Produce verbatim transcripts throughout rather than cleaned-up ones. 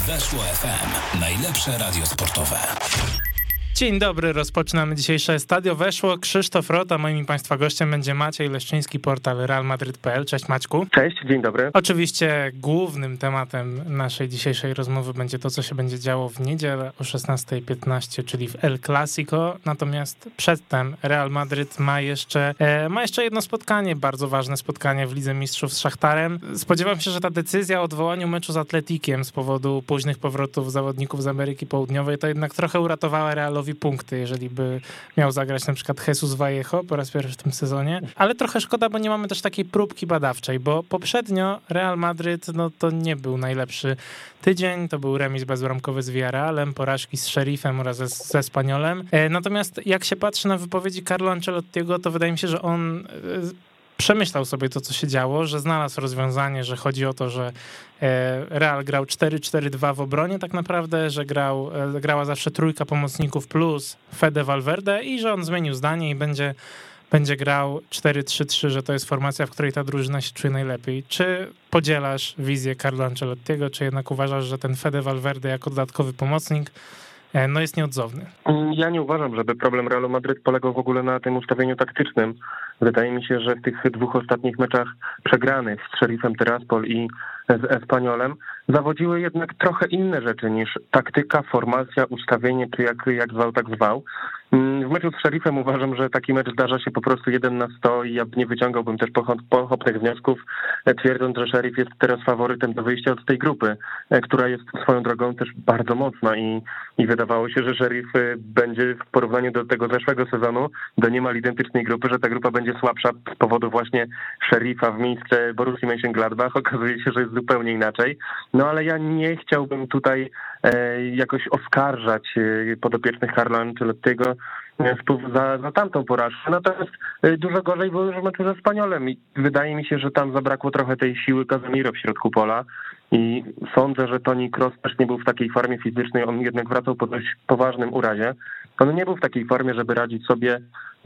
Weszło F M. Najlepsze radio sportowe. Dzień dobry, rozpoczynamy dzisiejsze Stadio Weszło. Krzysztof Rota, moim i Państwa gościem będzie Maciej Leszczyński, portal real madrid kropka p l. Cześć Maćku. Cześć, dzień dobry. Oczywiście głównym tematem naszej dzisiejszej rozmowy będzie to, co się będzie działo w niedzielę o szesnasta piętnaście, czyli w El Clasico. Natomiast przedtem Real Madryt ma jeszcze, e, ma jeszcze jedno spotkanie, bardzo ważne spotkanie w Lidze Mistrzów z Szachtarem. Spodziewam się, że ta decyzja o odwołaniu meczu z Atletikiem z powodu późnych powrotów zawodników z Ameryki Południowej to jednak trochę uratowała Realowi punkty, jeżeli by miał zagrać na przykład Jesus Vallejo po raz pierwszy w tym sezonie, ale trochę szkoda, bo nie mamy też takiej próbki badawczej, bo poprzednio Real Madryt, no to nie był najlepszy tydzień, to był remis bezbramkowy z Villarrealem, porażki z Sheriffem oraz ze, ze Espanyolem, natomiast jak się patrzy na wypowiedzi Carlo Ancelottiego, to wydaje mi się, że on przemyślał sobie to, co się działo, że znalazł rozwiązanie, że chodzi o to, że Real grał cztery cztery dwa w obronie tak naprawdę, że grał, grała zawsze trójka pomocników plus Fede Valverde i że on zmienił zdanie i będzie, będzie grał cztery trzy trzy, że to jest formacja, w której ta drużyna się czuje najlepiej. Czy podzielasz wizję Carlo Ancelottiego, czy jednak uważasz, że ten Fede Valverde jako dodatkowy pomocnik no jest nieodzowny? Ja nie uważam, żeby problem Realu Madryt polegał w ogóle na tym ustawieniu taktycznym. Wydaje mi się, że w tych dwóch ostatnich meczach przegranych z Sheriffem Tiraspol i z Espanyolem zawodziły jednak trochę inne rzeczy niż taktyka, formacja, ustawienie, czy jak, jak zwał, tak zwał. W meczu z Sheriffem uważam, że taki mecz zdarza się po prostu jeden na sto i ja nie wyciągałbym też pochopnych wniosków, twierdząc, że Sheriff jest teraz faworytem do wyjścia od tej grupy, która jest swoją drogą też bardzo mocna i, i wydawało się, że Sheriff będzie w porównaniu do tego zeszłego sezonu, do niemal identycznej grupy, że ta grupa będzie słabsza z powodu właśnie Sheriffa w miejsce Borussii Mönchengladbach. Okazuje się, że jest zupełnie inaczej. No ale ja nie chciałbym tutaj e, jakoś oskarżać e, podopiecznych Carlo Ancelottiego za, za tamtą porażkę. Natomiast dużo gorzej było już w meczu ze Espanyolem i wydaje mi się, że tam zabrakło trochę tej siły Casemiro w środku pola i sądzę, że Toni Kroos też nie był w takiej formie fizycznej, on jednak wracał po dość poważnym urazie. On nie był w takiej formie, żeby radzić sobie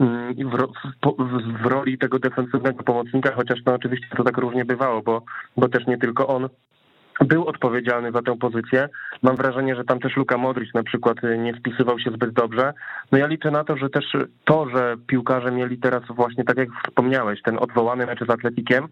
w, w, w roli tego defensywnego pomocnika, chociaż no oczywiście to tak różnie bywało, bo, bo też nie tylko on był odpowiedzialny za tę pozycję. Mam wrażenie, że tam też Luka Modric na przykład nie spisywał się zbyt dobrze. No ja liczę na to, że też to, że piłkarze mieli teraz właśnie, tak jak wspomniałeś, ten odwołany mecz z Atletikiem,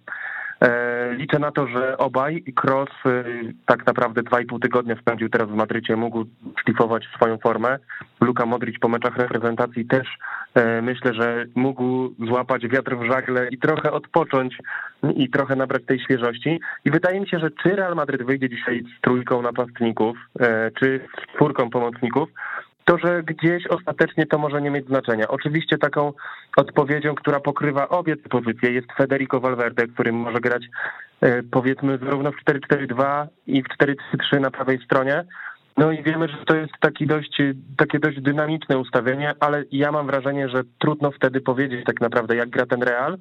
liczę na to, że obaj, Kroos tak naprawdę dwa i pół tygodnia spędził teraz w Madrycie, mógł szlifować swoją formę. Luka Modric po meczach reprezentacji też myślę, że mógł złapać wiatr w żagle i trochę odpocząć i trochę nabrać tej świeżości. I wydaje mi się, że czy Real Madryt wyjdzie dzisiaj z trójką napastników, czy z czwórką pomocników, to, że gdzieś ostatecznie to może nie mieć znaczenia. Oczywiście taką odpowiedzią, która pokrywa obie te pozycje, jest Federico Valverde, którym może grać powiedzmy zarówno w cztery cztery dwa i w cztery trzy trzy na prawej stronie. No i wiemy, że to jest taki dość, takie dość dynamiczne ustawienie, ale ja mam wrażenie, że trudno wtedy powiedzieć tak naprawdę, jak gra ten Real.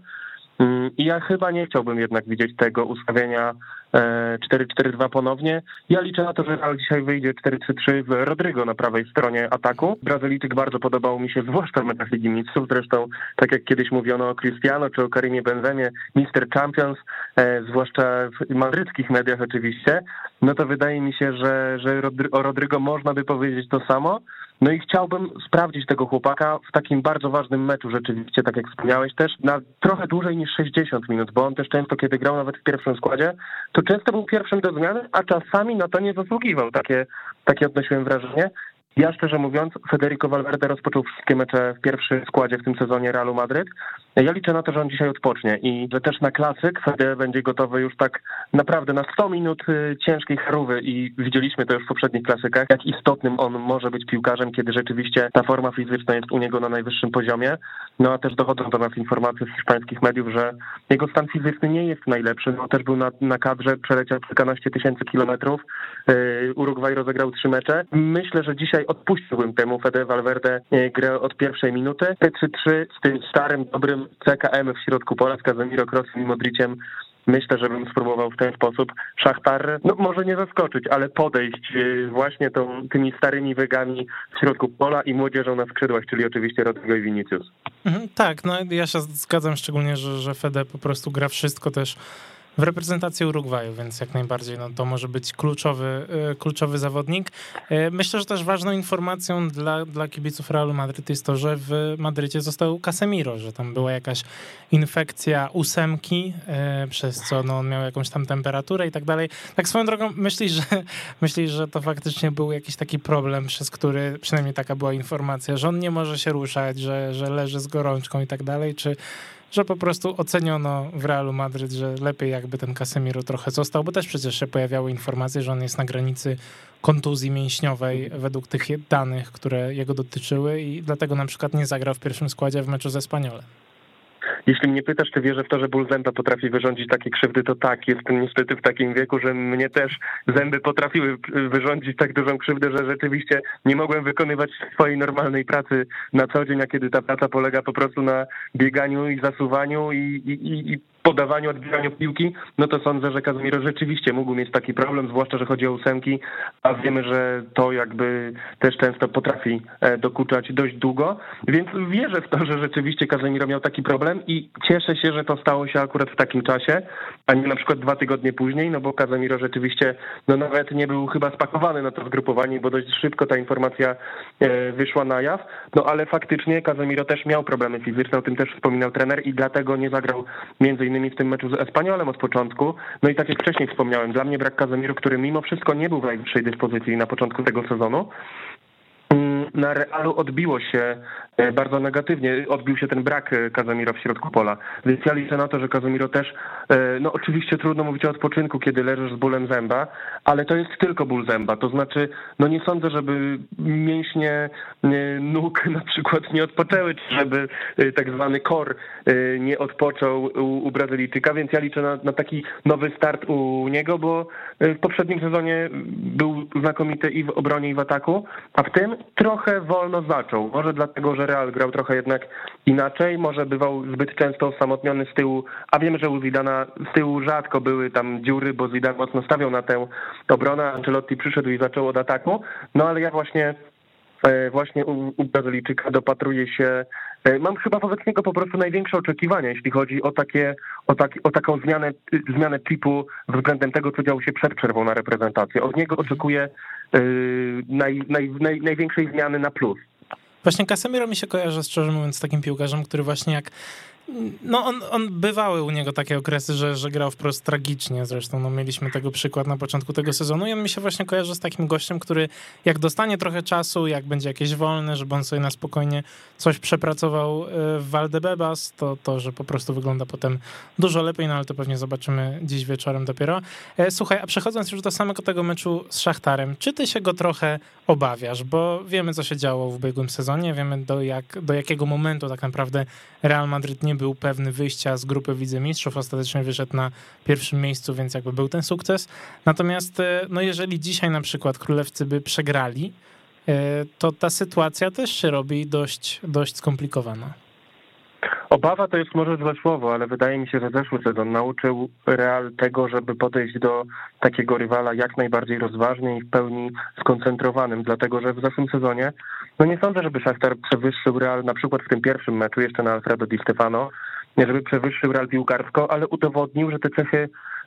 I ja chyba nie chciałbym jednak widzieć tego ustawienia cztery cztery dwa ponownie. Ja liczę na to, że Real dzisiaj wyjdzie cztery trzy trzy z Rodrygo na prawej stronie ataku. Brazylijczyk bardzo podobał mi się, zwłaszcza w meczach Ligi Mistrzów. Zresztą, tak jak kiedyś mówiono o Cristiano czy o Karimie Benzemie, mister Champions, e, zwłaszcza w madryckich mediach oczywiście, no to wydaje mi się, że, że o Rodrygo można by powiedzieć to samo. No i chciałbym sprawdzić tego chłopaka w takim bardzo ważnym meczu rzeczywiście, tak jak wspomniałeś też, na trochę dłużej niż sześćdziesiąt minut, bo on też często, kiedy grał nawet w pierwszym składzie, to często był pierwszym do zmiany, a czasami na to nie zasługiwał. Takie, takie odnosiłem wrażenie. Ja szczerze mówiąc, Federico Valverde rozpoczął wszystkie mecze w pierwszym składzie w tym sezonie Realu Madryt. Ja liczę na to, że on dzisiaj odpocznie i że też na klasyk Fede będzie gotowy już tak naprawdę na sto minut ciężkiej charówy i widzieliśmy to już w poprzednich klasykach, jak istotnym on może być piłkarzem, kiedy rzeczywiście ta forma fizyczna jest u niego na najwyższym poziomie. No a też dochodzą do nas informacje z hiszpańskich mediów, że jego stan fizyczny nie jest najlepszy. No też był na, na kadrze, przeleciał kilkanaście tysięcy kilometrów. Yy, Urugwaj rozegrał trzy mecze. Myślę, że dzisiaj odpuściłbym temu Fede Valverde grę od pierwszej minuty. T trzy trzy z tym starym, dobrym C K M w środku pola z Casemiro, Kroosem i Modriciem. Myślę, że bym spróbował w ten sposób Szachtar, no może nie zaskoczyć, ale podejść właśnie tą, tymi starymi wegami w środku pola i młodzieżą na skrzydłach, czyli oczywiście Rodrygo i Vinicius. Mhm, tak, no ja się zgadzam szczególnie, że, że Fede po prostu gra wszystko też w reprezentacji Urugwaju, więc jak najbardziej no, to może być kluczowy, kluczowy zawodnik. Myślę, że też ważną informacją dla, dla kibiców Realu Madryt jest to, że w Madrycie został Casemiro, że tam była jakaś infekcja ósemki, przez co no, on miał jakąś tam temperaturę i tak dalej. Tak swoją drogą myślisz, że, myślisz, że to faktycznie był jakiś taki problem, przez który, przynajmniej taka była informacja, że on nie może się ruszać, że, że leży z gorączką i tak dalej, czy że po prostu oceniono w Realu Madryt, że lepiej jakby ten Casemiro trochę został, bo też przecież się pojawiały informacje, że on jest na granicy kontuzji mięśniowej według tych danych, które jego dotyczyły i dlatego na przykład nie zagrał w pierwszym składzie w meczu ze Espanyolem. Jeśli mnie pytasz, czy wierzę w to, że ból zęba potrafi wyrządzić takie krzywdy, to tak, jestem niestety w takim wieku, że mnie też zęby potrafiły wyrządzić tak dużą krzywdę, że rzeczywiście nie mogłem wykonywać swojej normalnej pracy na co dzień, a kiedy ta praca polega po prostu na bieganiu i zasuwaniu i, i, i podawaniu, odbieraniu piłki, no to sądzę, że Casemiro rzeczywiście mógł mieć taki problem, zwłaszcza, że chodzi o ósemki, a wiemy, że to jakby też często potrafi dokuczać dość długo, więc wierzę w to, że rzeczywiście Casemiro miał taki problem i cieszę się, że to stało się akurat w takim czasie, a nie na przykład dwa tygodnie później, no bo Casemiro rzeczywiście no nawet nie był chyba spakowany na to zgrupowanie, bo dość szybko ta informacja wyszła na jaw, no ale faktycznie Casemiro też miał problemy fizyczne, o tym też wspominał trener i dlatego nie zagrał między innymi w tym meczu z Espanyolem od początku. No i tak jak wcześniej wspomniałem, dla mnie brak Casemiro, który mimo wszystko nie był w najwyższej dyspozycji na początku tego sezonu, na Realu odbiło się bardzo negatywnie, odbił się ten brak Casemiro w środku pola. Więc ja liczę na to, że Casemiro też, no oczywiście trudno mówić o odpoczynku, kiedy leżysz z bólem zęba, ale to jest tylko ból zęba. To znaczy, no nie sądzę, żeby mięśnie nóg na przykład nie odpoczęły, czy żeby tak zwany core nie odpoczął u, u Brazylijczyka, więc ja liczę na, na taki nowy start u niego, bo w poprzednim sezonie był znakomity i w obronie, i w ataku, a w tym trochę wolno zaczął. Może dlatego, że Real grał trochę jednak inaczej, może bywał zbyt często osamotniony z tyłu, a wiemy, że u Zidana z tyłu rzadko były tam dziury, bo Zidane mocno stawiał na tę obronę, Ancelotti przyszedł i zaczął od ataku, no ale ja właśnie Właśnie u, u Brazylijczyka dopatruję się, mam chyba wobec niego po prostu największe oczekiwania, jeśli chodzi o takie, o, tak, o taką zmianę, zmianę tripu względem tego, co działo się przed przerwą na reprezentację. Od niego oczekuję yy, naj, naj, naj, największej zmiany na plus. Właśnie Casemiro mi się kojarzy, szczerze mówiąc, z takim piłkarzem, który właśnie jak no on, on bywały u niego takie okresy, że, że grał wprost tragicznie, zresztą no mieliśmy tego przykład na początku tego sezonu i on mi się właśnie kojarzy z takim gościem, który jak dostanie trochę czasu, jak będzie jakieś wolne, żeby on sobie na spokojnie coś przepracował w Valdebebas, to, to że po prostu wygląda potem dużo lepiej, no ale to pewnie zobaczymy dziś wieczorem dopiero. Słuchaj, a przechodząc już do samego tego meczu z Szachtarem, czy ty się go trochę obawiasz, bo wiemy, co się działo w ubiegłym sezonie, wiemy do, jak, do jakiego momentu tak naprawdę Real Madryt nie był pewny wyjścia z grupy Lidze Mistrzów, ostatecznie wyszedł na pierwszym miejscu, więc jakby był ten sukces. Natomiast no jeżeli dzisiaj na przykład królewscy by przegrali, to ta sytuacja też się robi dość, dość skomplikowana. Obawa to jest może złe słowo, ale wydaje mi się, że zeszły sezon nauczył Real tego, żeby podejść do takiego rywala jak najbardziej rozważnie i w pełni skoncentrowanym, dlatego że w zeszłym sezonie no nie sądzę, żeby Szachtar przewyższył Real na przykład w tym pierwszym meczu, jeszcze na Alfredo Di Stefano, nie żeby przewyższył Real piłkarsko, ale udowodnił, że te cechy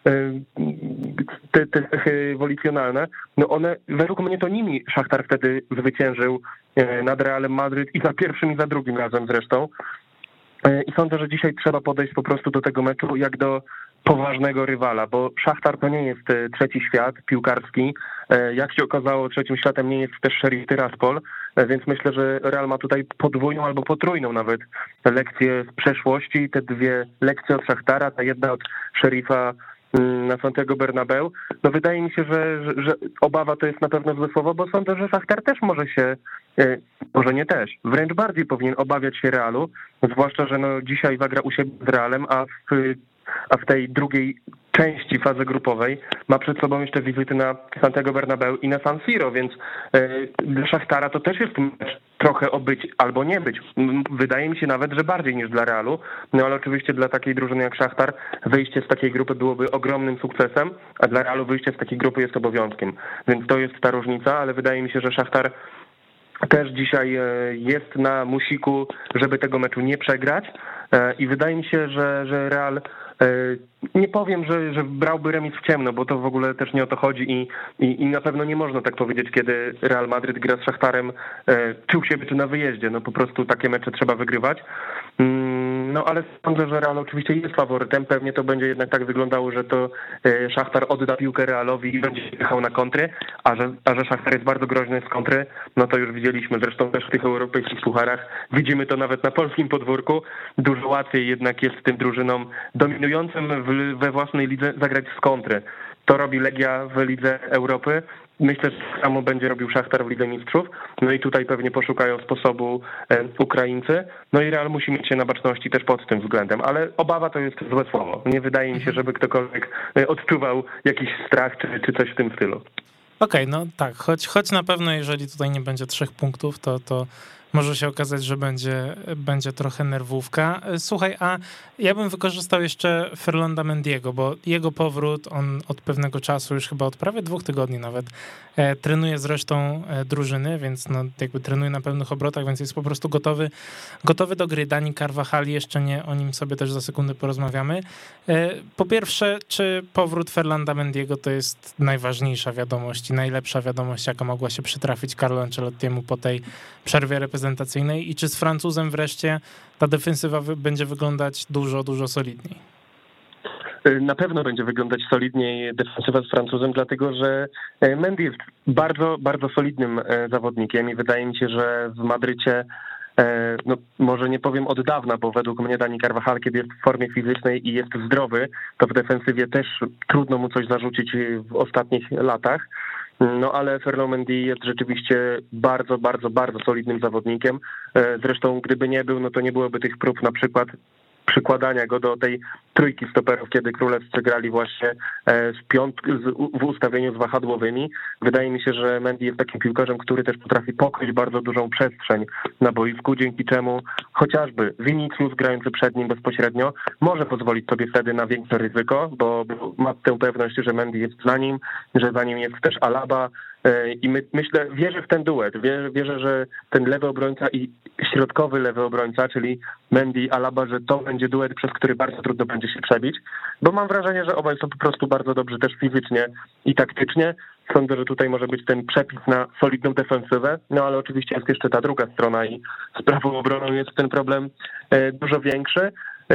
te, te cechy wolicjonalne, no one, według mnie to nimi Szachtar wtedy zwyciężył nad Realem Madryt i za pierwszym i za drugim razem zresztą. I sądzę, że dzisiaj trzeba podejść po prostu do tego meczu jak do poważnego rywala, bo Szachtar to nie jest trzeci świat piłkarski. Jak się okazało, trzecim światem nie jest też Sheriff Tiraspol, więc myślę, że Real ma tutaj podwójną albo potrójną nawet lekcję z przeszłości. Te dwie lekcje od Szachtara, ta jedna od Sheriffa na Santiago Bernabeu. No wydaje mi się, że, że, że obawa to jest na pewno złe słowo, bo sądzę, że Szachtar też może się, może nie też, wręcz bardziej powinien obawiać się Realu, zwłaszcza, że no dzisiaj zagra u siebie z Realem, a w, a w tej drugiej części fazy grupowej ma przed sobą jeszcze wizyty na Santiago Bernabeu i na San Siro, więc dla Szachtara to też jest mecz trochę o być albo nie być. Wydaje mi się nawet, że bardziej niż dla Realu, no ale oczywiście dla takiej drużyny jak Szachtar wyjście z takiej grupy byłoby ogromnym sukcesem, a dla Realu wyjście z takiej grupy jest obowiązkiem. Więc to jest ta różnica, ale wydaje mi się, że Szachtar też dzisiaj jest na musiku, żeby tego meczu nie przegrać i wydaje mi się, że, że Real Nie powiem, że, że brałby remis w ciemno, bo to w ogóle też nie o to chodzi i, i, i na pewno nie można tak powiedzieć, kiedy Real Madryt gra z Szachtarem czy u siebie, czy na wyjeździe. No po prostu takie mecze trzeba wygrywać. No ale sądzę, że Real oczywiście jest faworytem. Pewnie to będzie jednak tak wyglądało, że to Szachtar odda piłkę Realowi i będzie jechał na kontry, a że, a że Szachtar jest bardzo groźny z kontry, no to już widzieliśmy zresztą też w tych europejskich pucharach. Widzimy to nawet na polskim podwórku. Dużo łatwiej jednak jest tym drużynom dominującym w, we własnej lidze zagrać z kontry. To robi Legia w Lidze Europy. Myślę, że tak samo będzie robił Szachtar w Lidze Mistrzów. No i tutaj pewnie poszukają sposobu Ukraińcy. No i Real musi mieć się na baczności też pod tym względem. Ale obawa to jest złe słowo. Nie wydaje mi się, żeby ktokolwiek odczuwał jakiś strach czy, czy coś w tym stylu. Okej, okay, no tak, choć, choć na pewno jeżeli tutaj nie będzie trzech punktów, to, to może się okazać, że będzie, będzie trochę nerwówka. Słuchaj, a ja bym wykorzystał jeszcze Ferlanda Mendiego, bo jego powrót, on od pewnego czasu, już chyba od prawie dwóch tygodni nawet, e, trenuje z resztą e, drużyny, więc no, jakby trenuje na pełnych obrotach, więc jest po prostu gotowy, gotowy do gry. Dani Carvajal, jeszcze nie, o nim sobie też za sekundę porozmawiamy. E, po pierwsze, czy powrót Ferlanda Mendiego to jest najważniejsza wiadomość i najlepsza wiadomość, jaka mogła się przytrafić Carlo Ancelottiemu po tej przerwie reprezentacyjnej, i czy z Francuzem wreszcie ta defensywa będzie wyglądać dużo, dużo solidniej? Na pewno będzie wyglądać solidniej defensywa z Francuzem, dlatego że Mendy jest bardzo, bardzo solidnym zawodnikiem i wydaje mi się, że w Madrycie, no może nie powiem od dawna, bo według mnie Dani Carvajal, kiedy jest w formie fizycznej i jest zdrowy, to w defensywie też trudno mu coś zarzucić w ostatnich latach. No ale Ferland Mendy jest rzeczywiście bardzo, bardzo, bardzo solidnym zawodnikiem. Zresztą gdyby nie był, no to nie byłoby tych prób na przykład przykładania go do tej trójki stoperów, kiedy królewscy grali właśnie z piąt- w ustawieniu z wahadłowymi. Wydaje mi się, że Mendy jest takim piłkarzem, który też potrafi pokryć bardzo dużą przestrzeń na boisku, dzięki czemu chociażby Vinicius grający przed nim bezpośrednio może pozwolić sobie wtedy na większe ryzyko, bo ma tę pewność, że Mendy jest za nim, że za nim jest też Alaba i my, myślę, wierzę w ten duet, wierzę, wierzę, że ten lewy obrońca i środkowy lewy obrońca, czyli Mendy, Alaba, że to będzie duet, przez który bardzo trudno będzie się przebić, bo mam wrażenie, że obaj są po prostu bardzo dobrzy też fizycznie i taktycznie. Sądzę, że tutaj może być ten przepis na solidną defensywę, no ale oczywiście jest jeszcze ta druga strona i z prawą obroną jest ten problem dużo większy.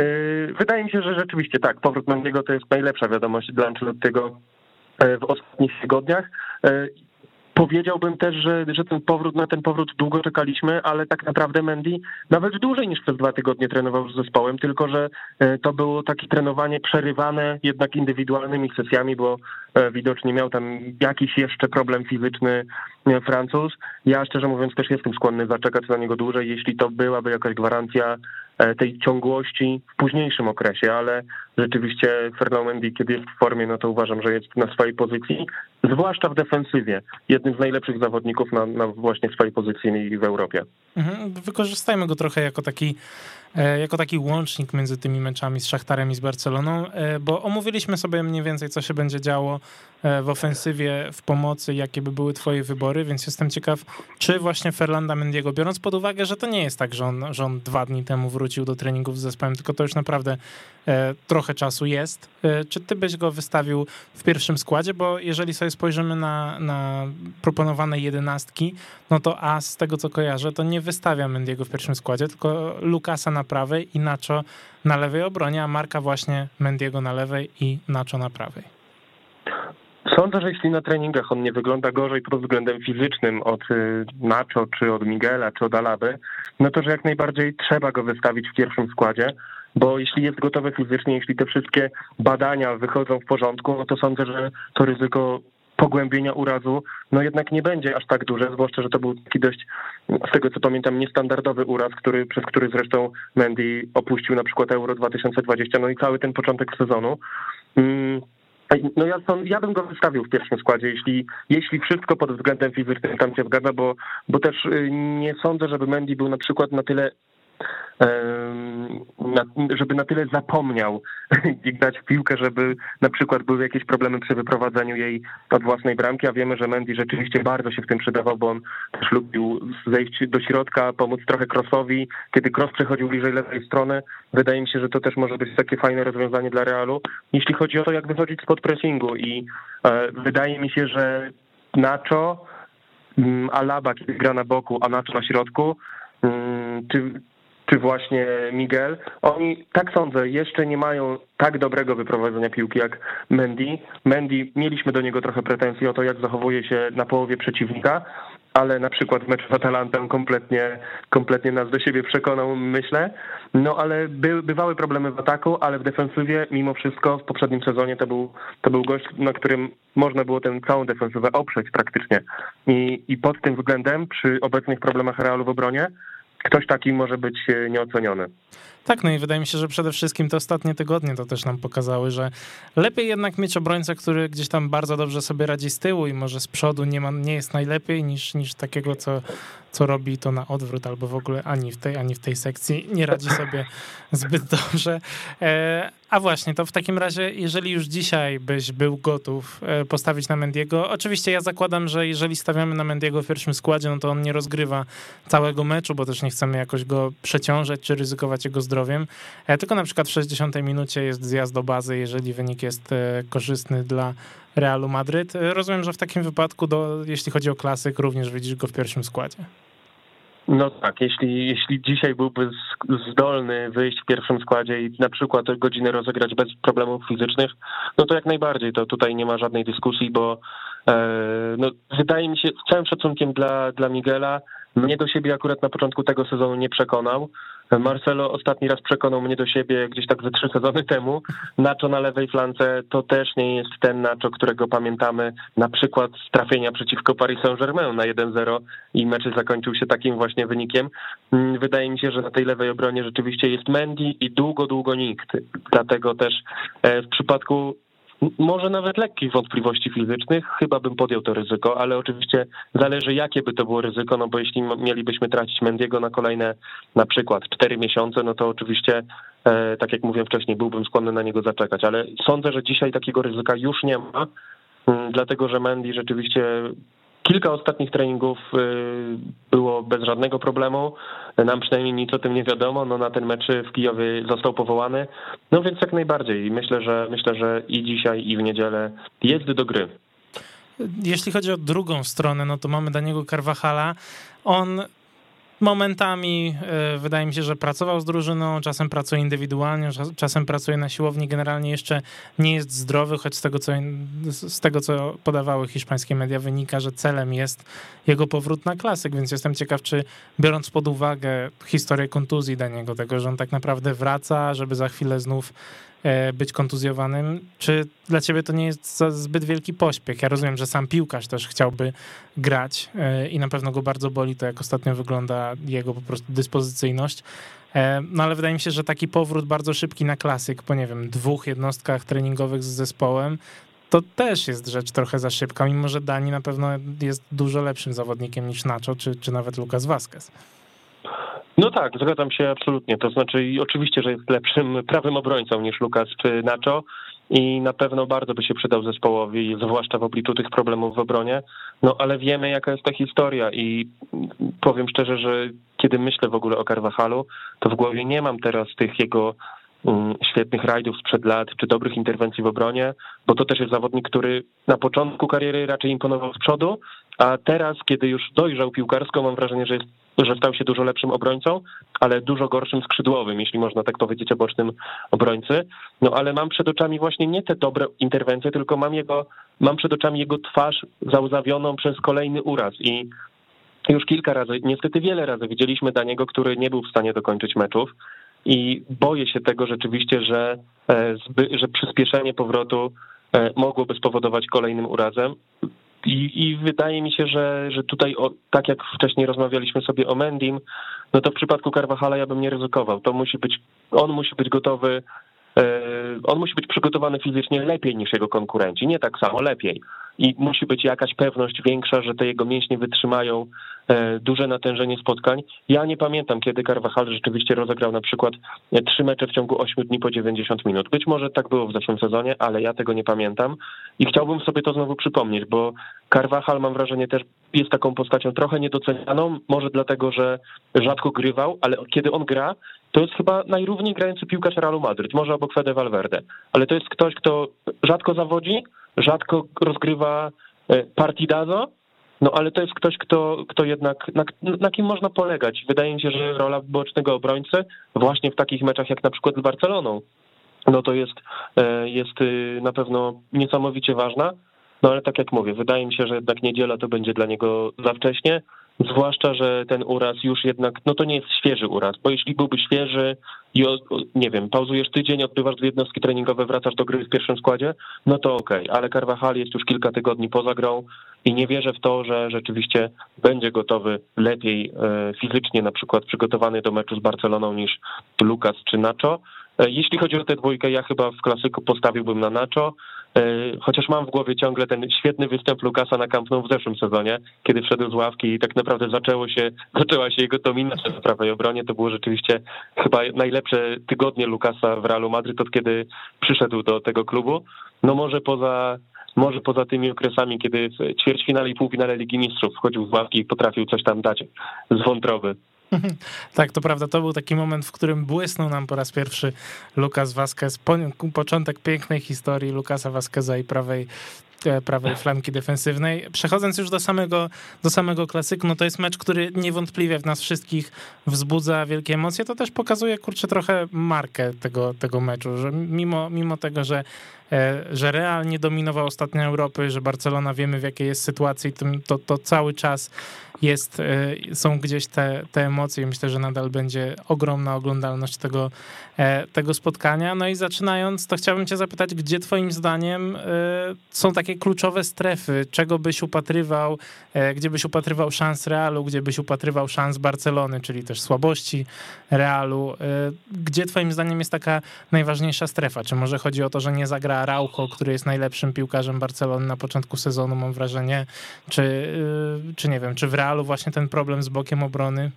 Wydaje mi się, że rzeczywiście tak, powrót Mendiego to jest najlepsza wiadomość dla Ancelottiego w ostatnich tygodniach. Powiedziałbym też, że, że ten powrót, na ten powrót długo czekaliśmy, ale tak naprawdę Mendy nawet dłużej niż przez dwa tygodnie trenował z zespołem, tylko że to było takie trenowanie przerywane jednak indywidualnymi sesjami, bo widocznie miał tam jakiś jeszcze problem fizyczny Francuz. Ja szczerze mówiąc też jestem skłonny zaczekać na niego dłużej, jeśli to byłaby jakaś gwarancja tej ciągłości w późniejszym okresie, ale rzeczywiście Ferland Mendy, kiedy jest w formie, no to uważam, że jest na swojej pozycji, zwłaszcza w defensywie, jednym z najlepszych zawodników na, na właśnie swojej pozycji w Europie. Mhm. Wykorzystajmy go trochę jako taki, jako taki łącznik między tymi meczami z Szachtarem i z Barceloną, bo omówiliśmy sobie mniej więcej, co się będzie działo w ofensywie, w pomocy, jakie by były twoje wybory, więc jestem ciekaw, czy właśnie Ferlanda Mendiego, biorąc pod uwagę, że to nie jest tak, że on, że on dwa dni temu wrócił do treningów z zespołem, tylko to już naprawdę e, trochę czasu jest. E, czy ty byś go wystawił w pierwszym składzie? Bo jeżeli sobie spojrzymy na, na proponowane jedenastki, no to a z tego, co kojarzę, to nie wystawia Mendiego w pierwszym składzie, tylko Lucasa na prawej i Nacho na lewej obronie, a Marka właśnie Mendiego na lewej i Nacho na prawej. Sądzę, że jeśli na treningach on nie wygląda gorzej pod względem fizycznym od Nacho, czy od Miguela, czy od Alaby, no to, że jak najbardziej trzeba go wystawić w pierwszym składzie, bo jeśli jest gotowy fizycznie, jeśli te wszystkie badania wychodzą w porządku, no to sądzę, że to ryzyko pogłębienia urazu, no jednak nie będzie aż tak duże, zwłaszcza, że to był taki dość, z tego co pamiętam, niestandardowy uraz, który, przez który zresztą Mendy opuścił na przykład Euro dwa tysiące dwadzieścia, no i cały ten początek sezonu. Mm. No ja, ja bym go wystawił w pierwszym składzie, jeśli, jeśli wszystko pod względem fizycznym tam się zgadza, bo, bo też nie sądzę, żeby Mendy był na przykład na tyle żeby na tyle zapomniał grać w piłkę, żeby na przykład były jakieś problemy przy wyprowadzeniu jej od własnej bramki, a wiemy, że Mendy rzeczywiście bardzo się w tym przydawał, bo on też lubił zejść do środka, pomóc trochę crossowi, kiedy cross przechodził bliżej lewej strony. Wydaje mi się, że to też może być takie fajne rozwiązanie dla Realu, jeśli chodzi o to, jak wychodzić spod pressingu i e, wydaje mi się, że Nacho, Alaba, kiedy gra na boku, a Nacho na środku, czy, czy właśnie Miguel, oni, tak sądzę, jeszcze nie mają tak dobrego wyprowadzenia piłki jak Mendy. Mendy, mieliśmy do niego trochę pretensji o to, jak zachowuje się na połowie przeciwnika, ale na przykład w meczu z Atalantą kompletnie, kompletnie nas do siebie przekonał, myślę. No ale by, bywały problemy w ataku, ale w defensywie mimo wszystko w poprzednim sezonie to był, to był gość, na którym można było tę całą defensywę oprzeć praktycznie. I, i pod tym względem przy obecnych problemach Realu w obronie ktoś taki może być nieoceniony. Tak, no i wydaje mi się, że przede wszystkim te ostatnie tygodnie to też nam pokazały, że lepiej jednak mieć obrońcę, który gdzieś tam bardzo dobrze sobie radzi z tyłu i może z przodu nie ma, nie jest najlepiej niż, niż takiego, co, co robi to na odwrót, albo w ogóle ani w tej, ani w tej sekcji nie radzi sobie zbyt dobrze. E, a właśnie, to w takim razie, jeżeli już dzisiaj byś był gotów postawić na Mendiego, oczywiście ja zakładam, że jeżeli stawiamy na Mendiego w pierwszym składzie, no to on nie rozgrywa całego meczu, bo też nie chcemy jakoś go przeciążać czy ryzykować jego zdrowiem, e, tylko na przykład w sześćdziesiątej minucie jest zjazd do bazy, jeżeli wynik jest e, korzystny dla Realu Madryt. Rozumiem, że w takim wypadku, do, jeśli chodzi o klasyk, również widzisz go w pierwszym składzie. No tak, jeśli, jeśli dzisiaj byłby zdolny wyjść w pierwszym składzie i na przykład godzinę rozegrać bez problemów fizycznych, no to jak najbardziej, to tutaj nie ma żadnej dyskusji, bo e, no, wydaje mi się, z całym szacunkiem dla, dla Miguela, mnie do siebie akurat na początku tego sezonu nie przekonał. Marcelo ostatni raz przekonał mnie do siebie gdzieś tak ze trzy sezony temu. Nacho na lewej flance to też nie jest ten Nacho, którego pamiętamy na przykład z trafienia przeciwko Paris Saint-Germain na jeden zero i mecz zakończył się takim właśnie wynikiem. Wydaje mi się, że na tej lewej obronie rzeczywiście jest Mendy i długo, długo nikt. Dlatego też w przypadku może nawet lekkich wątpliwości fizycznych, chyba bym podjął to ryzyko, ale oczywiście zależy, jakie by to było ryzyko, no bo jeśli mielibyśmy tracić Mendiego na kolejne na przykład cztery miesiące, no to oczywiście, e, tak jak mówiłem wcześniej, byłbym skłonny na niego zaczekać, ale sądzę, że dzisiaj takiego ryzyka już nie ma, m, dlatego że Mendy rzeczywiście kilka ostatnich treningów było bez żadnego problemu, nam przynajmniej nic o tym nie wiadomo, no na ten mecz w Kijowie został powołany, no więc jak najbardziej myślę, że myślę, że i dzisiaj i w niedzielę jest do gry. Jeśli chodzi o drugą stronę, no to mamy Daniego Carvajala, on momentami wydaje mi się, że pracował z drużyną, czasem pracuje indywidualnie, czasem pracuje na siłowni, generalnie jeszcze nie jest zdrowy, choć z tego, co, z tego, co podawały hiszpańskie media, wynika, że celem jest jego powrót na klasyk, więc jestem ciekaw, czy biorąc pod uwagę historię kontuzji Daniego, tego, że on tak naprawdę wraca, żeby za chwilę znów być kontuzjowanym, czy dla ciebie to nie jest zbyt wielki pośpiech? Ja rozumiem, że sam piłkarz też chciałby grać i na pewno go bardzo boli to, jak ostatnio wygląda jego po prostu dyspozycyjność, no ale wydaje mi się, że taki powrót bardzo szybki na klasyk po, nie wiem, dwóch jednostkach treningowych z zespołem, to też jest rzecz trochę za szybka, mimo że Dani na pewno jest dużo lepszym zawodnikiem niż Nacho, czy, czy nawet Lucas Vázquez. No tak, zgadzam się absolutnie. To znaczy oczywiście, że jest lepszym prawym obrońcą niż Lucas czy Nacho i na pewno bardzo by się przydał zespołowi, zwłaszcza w obliczu tych problemów w obronie. No ale wiemy, jaka jest ta historia i powiem szczerze, że kiedy myślę w ogóle o Carvajalu, to w głowie nie mam teraz tych jego świetnych rajdów sprzed lat, czy dobrych interwencji w obronie, bo to też jest zawodnik, który na początku kariery raczej imponował z przodu, a teraz, kiedy już dojrzał piłkarsko, mam wrażenie, że, jest, że stał się dużo lepszym obrońcą, ale dużo gorszym skrzydłowym, jeśli można tak powiedzieć o bocznym obrońcy. No ale mam przed oczami właśnie nie te dobre interwencje, tylko mam jego, mam przed oczami jego twarz załzawioną przez kolejny uraz i już kilka razy, niestety wiele razy widzieliśmy Daniego, który nie był w stanie dokończyć meczów. I boję się tego rzeczywiście, że, że przyspieszenie powrotu mogłoby spowodować kolejnym urazem. I, i wydaje mi się, że, że tutaj, o, tak jak wcześniej rozmawialiśmy sobie o Mendym, no to w przypadku Carvajala ja bym nie ryzykował. To musi być, on musi być gotowy, on musi być przygotowany fizycznie lepiej niż jego konkurenci. Nie tak samo, lepiej. i musi być jakaś pewność większa, że te jego mięśnie wytrzymają duże natężenie spotkań. Ja nie pamiętam, kiedy Carvajal rzeczywiście rozegrał na przykład trzy mecze w ciągu ośmiu dni po dziewięćdziesiąt minut. Być może tak było w zeszłym sezonie, ale ja tego nie pamiętam i chciałbym sobie to znowu przypomnieć, bo Carvajal, mam wrażenie, też jest taką postacią trochę niedocenianą, może dlatego, że rzadko grywał, ale kiedy on gra, to jest chyba najrówniej grający piłkarz Realu Madryt, może obok Fede Valverde, ale to jest ktoś, kto rzadko zawodzi, rzadko rozgrywa partidazo, no ale to jest ktoś, kto, kto jednak, na, na kim można polegać. Wydaje mi się, że rola bocznego obrońcy właśnie w takich meczach jak na przykład z Barceloną, no to jest, jest na pewno niesamowicie ważna. No ale tak jak mówię, wydaje mi się, że jednak niedziela to będzie dla niego za wcześnie, zwłaszcza, że ten uraz już jednak, no to nie jest świeży uraz, bo jeśli byłby świeży i nie wiem, pauzujesz tydzień, odbywasz dwie jednostki treningowe, wracasz do gry w pierwszym składzie, no to okej, okay. Ale Carvajal jest już kilka tygodni poza grą i nie wierzę w to, że rzeczywiście będzie gotowy lepiej fizycznie, na przykład przygotowany do meczu z Barceloną niż Lucas czy Nacho. Jeśli chodzi o tę dwójkę, ja chyba w klasyku postawiłbym na Nacho, chociaż mam w głowie ciągle ten świetny występ Lucasa na Camp Nou w zeszłym sezonie, kiedy wszedł z ławki i tak naprawdę zaczęło się, zaczęła się jego dominacja w prawej obronie. To było rzeczywiście chyba najlepsze tygodnie Lucasa w Realu Madryt, od kiedy przyszedł do tego klubu. No może poza, może poza tymi okresami, kiedy w ćwierćfinale i półfinale Ligi Mistrzów wchodził z ławki i potrafił coś tam dać z wątroby. Tak, to prawda, to był taki moment, w którym błysnął nam po raz pierwszy Lucas Vázquez, początek pięknej historii Lucasa Vázqueza i prawej, prawej flanki defensywnej. Przechodząc już do samego, do samego klasyku, no to jest mecz, który niewątpliwie w nas wszystkich wzbudza wielkie emocje. To też pokazuje, kurczę, trochę markę tego, tego meczu, że mimo, mimo tego, że że Real nie dominował ostatnio Europy, że Barcelona wiemy w jakiej jest sytuacji, to, to cały czas jest, są gdzieś te, te emocje. Myślę, że nadal będzie ogromna oglądalność tego, tego spotkania. No i zaczynając, to chciałbym cię zapytać, gdzie twoim zdaniem są takie kluczowe strefy, czego byś upatrywał, gdzie byś upatrywał szans Realu, gdzie byś upatrywał szans Barcelony, czyli też słabości Realu. Gdzie twoim zdaniem jest taka najważniejsza strefa? Czy może chodzi o to, że nie zagra Araujo, który jest najlepszym piłkarzem Barcelony na początku sezonu, mam wrażenie, czy, czy nie wiem, czy w Realu właśnie ten problem z bokiem obrony?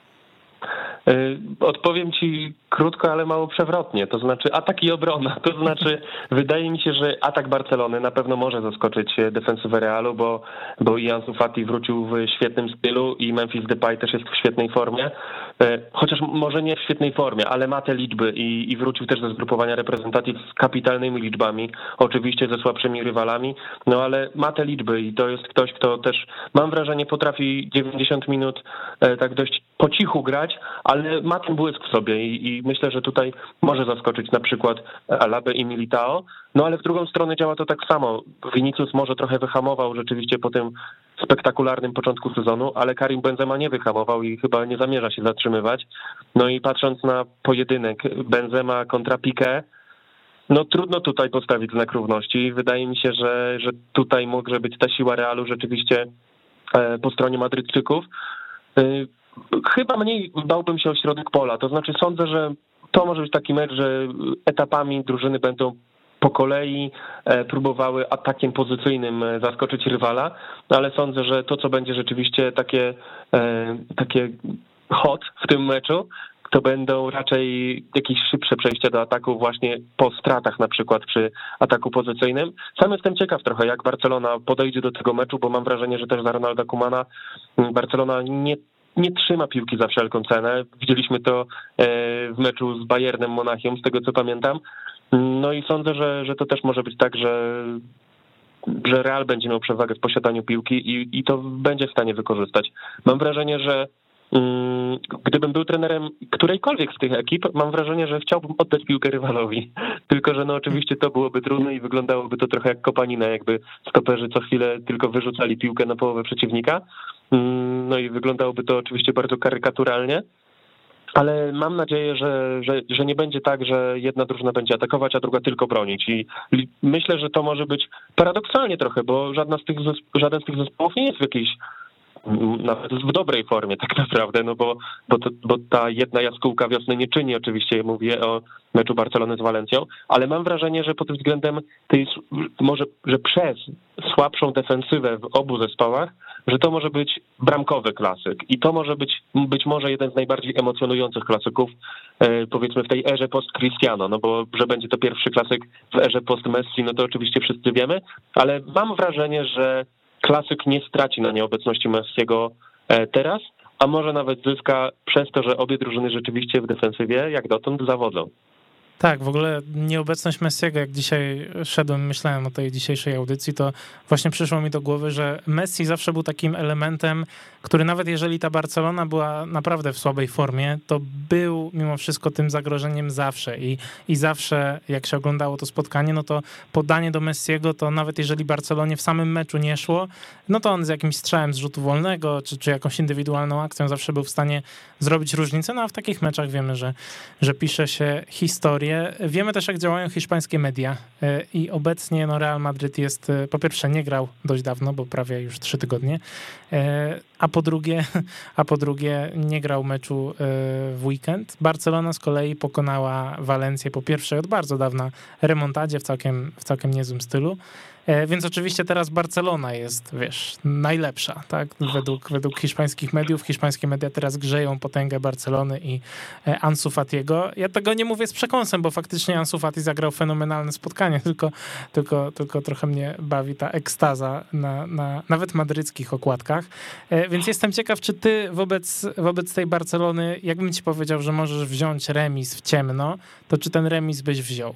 Odpowiem ci krótko, ale mało przewrotnie, to znaczy atak i obrona, to znaczy wydaje mi się, że atak Barcelony na pewno może zaskoczyć defensywę Realu, bo, bo i Ansu Fati wrócił w świetnym stylu i Memphis Depay też jest w świetnej formie, chociaż może nie w świetnej formie, ale ma te liczby i, i wrócił też ze zgrupowania reprezentacji z kapitalnymi liczbami, oczywiście ze słabszymi rywalami, no ale ma te liczby i to jest ktoś, kto też, mam wrażenie, potrafi dziewięćdziesiąt minut tak dość po cichu grać, ale ma ten błysk w sobie i, i myślę, że tutaj może zaskoczyć na przykład Alabę i Militao, no ale w drugą stronę działa to tak samo. Vinicius może trochę wyhamował rzeczywiście po tym spektakularnym początku sezonu, ale Karim Benzema nie wyhamował i chyba nie zamierza się zatrzymywać. No i patrząc na pojedynek Benzema kontra Piqué, no trudno tutaj postawić znak równości. Wydaje mi się, że, że tutaj może być ta siła Realu rzeczywiście po stronie Madrytczyków. Chyba mniej bałbym się o środek pola, to znaczy sądzę, że to może być taki mecz, że etapami drużyny będą po kolei próbowały atakiem pozycyjnym zaskoczyć rywala, ale sądzę, że to, co będzie rzeczywiście takie, takie hot w tym meczu, to będą raczej jakieś szybsze przejścia do ataku właśnie po stratach na przykład przy ataku pozycyjnym. Sam jestem ciekaw trochę, jak Barcelona podejdzie do tego meczu, bo mam wrażenie, że też za Ronalda Koemana Barcelona nie nie trzyma piłki za wszelką cenę. Widzieliśmy to w meczu z Bayernem Monachium, z tego co pamiętam. No i sądzę, że, że to też może być tak, że, że Real będzie miał przewagę w posiadaniu piłki i, i to będzie w stanie wykorzystać. Mam wrażenie, że um, gdybym był trenerem którejkolwiek z tych ekip, mam wrażenie, że chciałbym oddać piłkę rywalowi. Tylko że no oczywiście to byłoby trudne i wyglądałoby to trochę jak kopanina, jakby stoperzy co chwilę tylko wyrzucali piłkę na połowę przeciwnika. No i wyglądałoby to oczywiście bardzo karykaturalnie, ale mam nadzieję, że, że, że nie będzie tak, że jedna drużyna będzie atakować, a druga tylko bronić. I myślę, że to może być paradoksalnie trochę, bo żadna z tych, żaden z tych zespołów nie jest w jakiejś nawet w dobrej formie tak naprawdę, no bo, bo, to, bo ta jedna jaskółka wiosny nie czyni, oczywiście mówię o meczu Barcelony z Walencją, ale mam wrażenie, że pod względem tej, może, że przez słabszą defensywę w obu zespołach, że to może być bramkowy klasyk i to może być być może jeden z najbardziej emocjonujących klasyków, powiedzmy w tej erze post-Cristiano, no bo że będzie to pierwszy klasyk w erze post-Messi, no to oczywiście wszyscy wiemy, ale mam wrażenie, że klasyk nie straci na nieobecności Messiego teraz, a może nawet zyska przez to, że obie drużyny rzeczywiście w defensywie jak dotąd zawodzą. Tak, w ogóle nieobecność Messiego, jak dzisiaj szedłem, myślałem o tej dzisiejszej audycji, to właśnie przyszło mi do głowy, że Messi zawsze był takim elementem, który nawet jeżeli ta Barcelona była naprawdę w słabej formie, to był mimo wszystko tym zagrożeniem zawsze i, i zawsze jak się oglądało to spotkanie, no to podanie do Messiego, to nawet jeżeli Barcelonie w samym meczu nie szło, no to on z jakimś strzałem z rzutu wolnego, czy, czy jakąś indywidualną akcją zawsze był w stanie zrobić różnicę, no a w takich meczach wiemy, że, że pisze się historię. Wiemy też, jak działają hiszpańskie media i obecnie no, Real Madryt jest, po pierwsze nie grał dość dawno, bo prawie już trzy tygodnie, a po drugie, a po drugie nie grał meczu w weekend. Barcelona z kolei pokonała Walencję po pierwszej od bardzo dawna remontadzie w całkiem, w całkiem niezłym stylu. Więc oczywiście teraz Barcelona jest, wiesz, najlepsza, tak? Według, według hiszpańskich mediów. Hiszpańskie media teraz grzeją potęgę Barcelony i Ansu Fatiego. Ja tego nie mówię z przekąsem, bo faktycznie Ansu Fati zagrał fenomenalne spotkanie, tylko, tylko, tylko trochę mnie bawi ta ekstaza na, na nawet madryckich okładkach. Więc jestem ciekaw, czy ty wobec, wobec tej Barcelony, jakbym ci powiedział, że możesz wziąć remis w ciemno, to czy ten remis byś wziął?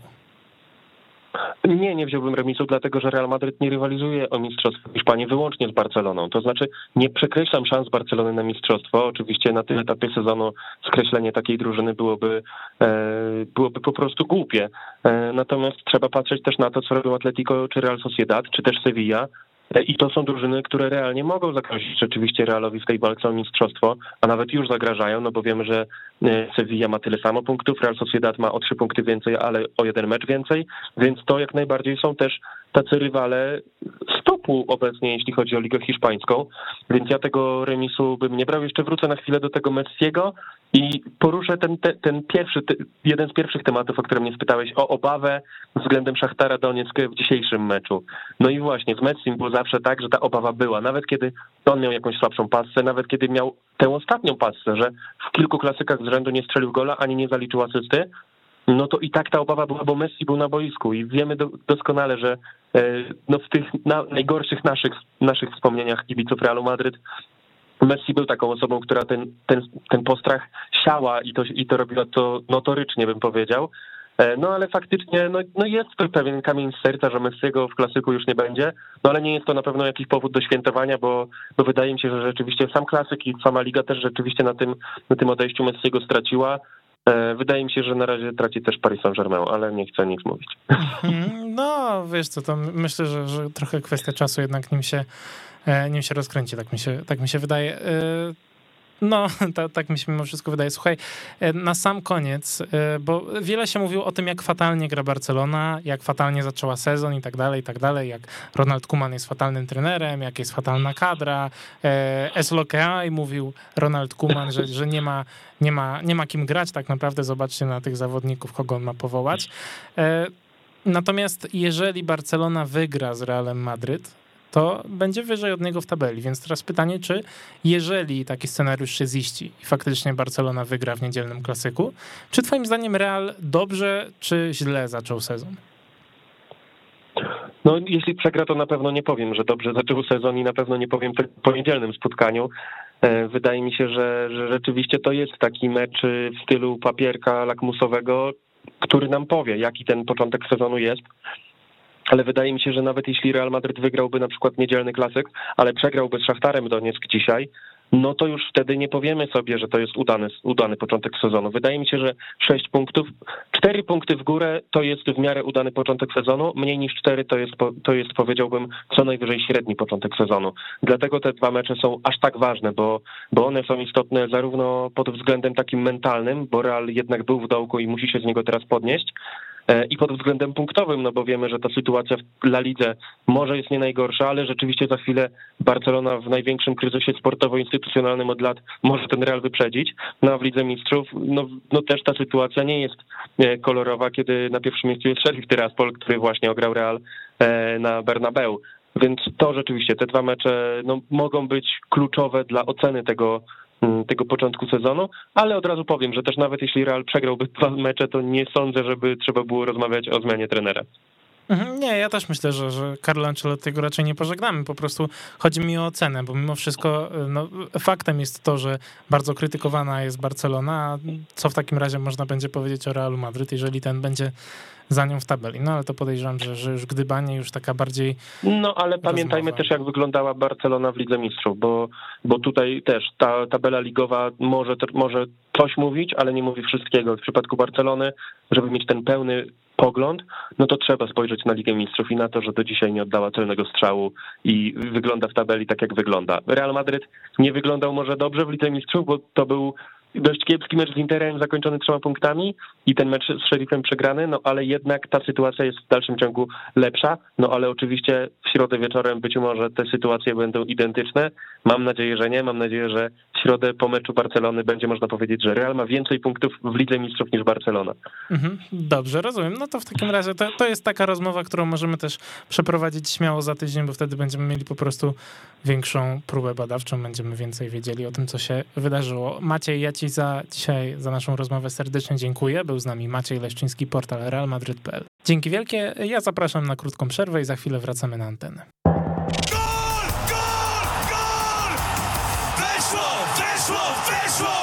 Nie, nie wziąłbym remisu, dlatego że Real Madryt nie rywalizuje o mistrzostwo Hiszpanii wyłącznie z Barceloną. To znaczy nie przekreślam szans Barcelony na mistrzostwo. Oczywiście na tym etapie sezonu skreślenie takiej drużyny byłoby, e, byłoby po prostu głupie. E, natomiast trzeba patrzeć też na to, co robią Atletico czy Real Sociedad, czy też Sevilla. I to są drużyny, które realnie mogą zagrozić rzeczywiście Realowi w tej walce o mistrzostwo, a nawet już zagrażają, no bo wiemy, że Sevilla ma tyle samo punktów, Real Sociedad ma o trzy punkty więcej, ale o jeden mecz więcej, więc to jak najbardziej są też tacy rywale z topu obecnie, jeśli chodzi o ligę hiszpańską, więc ja tego remisu bym nie brał. Jeszcze wrócę na chwilę do tego Messiego i poruszę ten, ten, ten pierwszy, jeden z pierwszych tematów, o którym mnie spytałeś, o obawę względem Szachtara Donieck w dzisiejszym meczu. No i właśnie z Messim było zawsze tak, że ta obawa była, nawet kiedy on miał jakąś słabszą passę, nawet kiedy miał tę ostatnią passę, że w kilku klasykach z rzędu nie strzelił gola, ani nie zaliczył asysty, no to i tak ta obawa była, bo Messi był na boisku i wiemy do, doskonale, że no w tych na, najgorszych naszych, naszych wspomnieniach kibiców Realu Madryt Messi był taką osobą, która ten, ten, ten postrach siała i to, i to robiła to notorycznie, bym powiedział. No ale faktycznie no, no jest to pewien kamień z serca, że Messiego w klasyku już nie będzie, no ale nie jest to na pewno jakiś powód do świętowania, bo, bo wydaje mi się, że rzeczywiście sam klasyk i sama liga też rzeczywiście na tym, na tym odejściu Messiego straciła. Wydaje mi się, że na razie traci też Paris Saint-Germain, ale nie chcę nic mówić. No, wiesz co, to myślę, że, że trochę kwestia czasu jednak nim się, nim się rozkręci, tak mi się, tak mi się wydaje. No, tak, tak mi się mimo wszystko wydaje. Słuchaj, na sam koniec, bo wiele się mówiło o tym, jak fatalnie gra Barcelona, jak fatalnie zaczęła sezon i tak dalej, i tak dalej, jak Ronald Koeman jest fatalnym trenerem, jak jest fatalna kadra. Es lo que hay, mówił Ronald Koeman, że, że nie ma, nie ma, nie ma kim grać tak naprawdę. Zobaczcie na tych zawodników, kogo on ma powołać. Natomiast jeżeli Barcelona wygra z Realem Madryt, to będzie wyżej od niego w tabeli. Więc teraz pytanie, czy jeżeli taki scenariusz się ziści i faktycznie Barcelona wygra w niedzielnym klasyku, czy twoim zdaniem Real dobrze czy źle zaczął sezon? No jeśli przegra, to na pewno nie powiem, że dobrze zaczął sezon i na pewno nie powiem tego po niedzielnym spotkaniu. Wydaje mi się, że, że rzeczywiście to jest taki mecz w stylu papierka lakmusowego, który nam powie, jaki ten początek sezonu jest. Ale wydaje mi się, że nawet jeśli Real Madryt wygrałby na przykład niedzielny klasyk, ale przegrałby z Szachtarem Donieck dzisiaj, no to już wtedy nie powiemy sobie, że to jest udany, udany początek sezonu. Wydaje mi się, że sześć punktów, cztery punkty w górę to jest w miarę udany początek sezonu, mniej niż cztery to jest, to jest powiedziałbym co najwyżej średni początek sezonu. Dlatego te dwa mecze są aż tak ważne, bo, bo one są istotne zarówno pod względem takim mentalnym, bo Real jednak był w dołku i musi się z niego teraz podnieść, i pod względem punktowym, no bo wiemy, że ta sytuacja w La Lidze może jest nie najgorsza, ale rzeczywiście za chwilę Barcelona w największym kryzysie sportowo-instytucjonalnym od lat może ten Real wyprzedzić. No a w Lidze Mistrzów no, no też ta sytuacja nie jest kolorowa, kiedy na pierwszym miejscu jest Sheriff Tiraspol, który właśnie ograł Real na Bernabeu. Więc to rzeczywiście, te dwa mecze no, mogą być kluczowe dla oceny tego, tego początku sezonu, ale od razu powiem, że też nawet jeśli Real przegrałby dwa mecze, to nie sądzę, żeby trzeba było rozmawiać o zmianie trenera. Nie, ja też myślę, że, że Carlo Ancelottiego raczej nie pożegnamy. Po prostu chodzi mi o ocenę, bo mimo wszystko no, faktem jest to, że bardzo krytykowana jest Barcelona, a co w takim razie można będzie powiedzieć o Realu Madryt, jeżeli ten będzie za nią w tabeli. No ale to podejrzewam, że, że już gdybanie już taka bardziej... No ale pamiętajmy też, jak wyglądała Barcelona w Lidze Mistrzów, bo, bo tutaj też ta tabela ligowa może, może coś mówić, ale nie mówi wszystkiego. W przypadku Barcelony, żeby mieć ten pełny pogląd, no to trzeba spojrzeć na Ligę Mistrzów i na to, że do dzisiaj nie oddała celnego strzału i wygląda w tabeli tak, jak wygląda. Real Madryt nie wyglądał może dobrze w Lidze Mistrzów, bo to był dość kiepski mecz z Interem zakończony trzema punktami i ten mecz z Sheriffem przegrany, no ale jednak ta sytuacja jest w dalszym ciągu lepsza, no ale oczywiście w środę wieczorem być może te sytuacje będą identyczne. Mam nadzieję, że nie. Mam nadzieję, że w środę po meczu Barcelony będzie można powiedzieć, że Real ma więcej punktów w Lidze Mistrzów niż Barcelona. Mhm, dobrze, rozumiem. No to w takim razie to, to jest taka rozmowa, którą możemy też przeprowadzić śmiało za tydzień, bo wtedy będziemy mieli po prostu większą próbę badawczą, będziemy więcej wiedzieli o tym, co się wydarzyło. Maciej, ja ci za dzisiaj, za naszą rozmowę serdecznie dziękuję. Był z nami Maciej Leszczyński, portal real madrid kropka p l. Dzięki wielkie. Ja zapraszam na krótką przerwę i za chwilę wracamy na antenę. Gol! Gol! Gol! Weszło! Weszło! Weszło!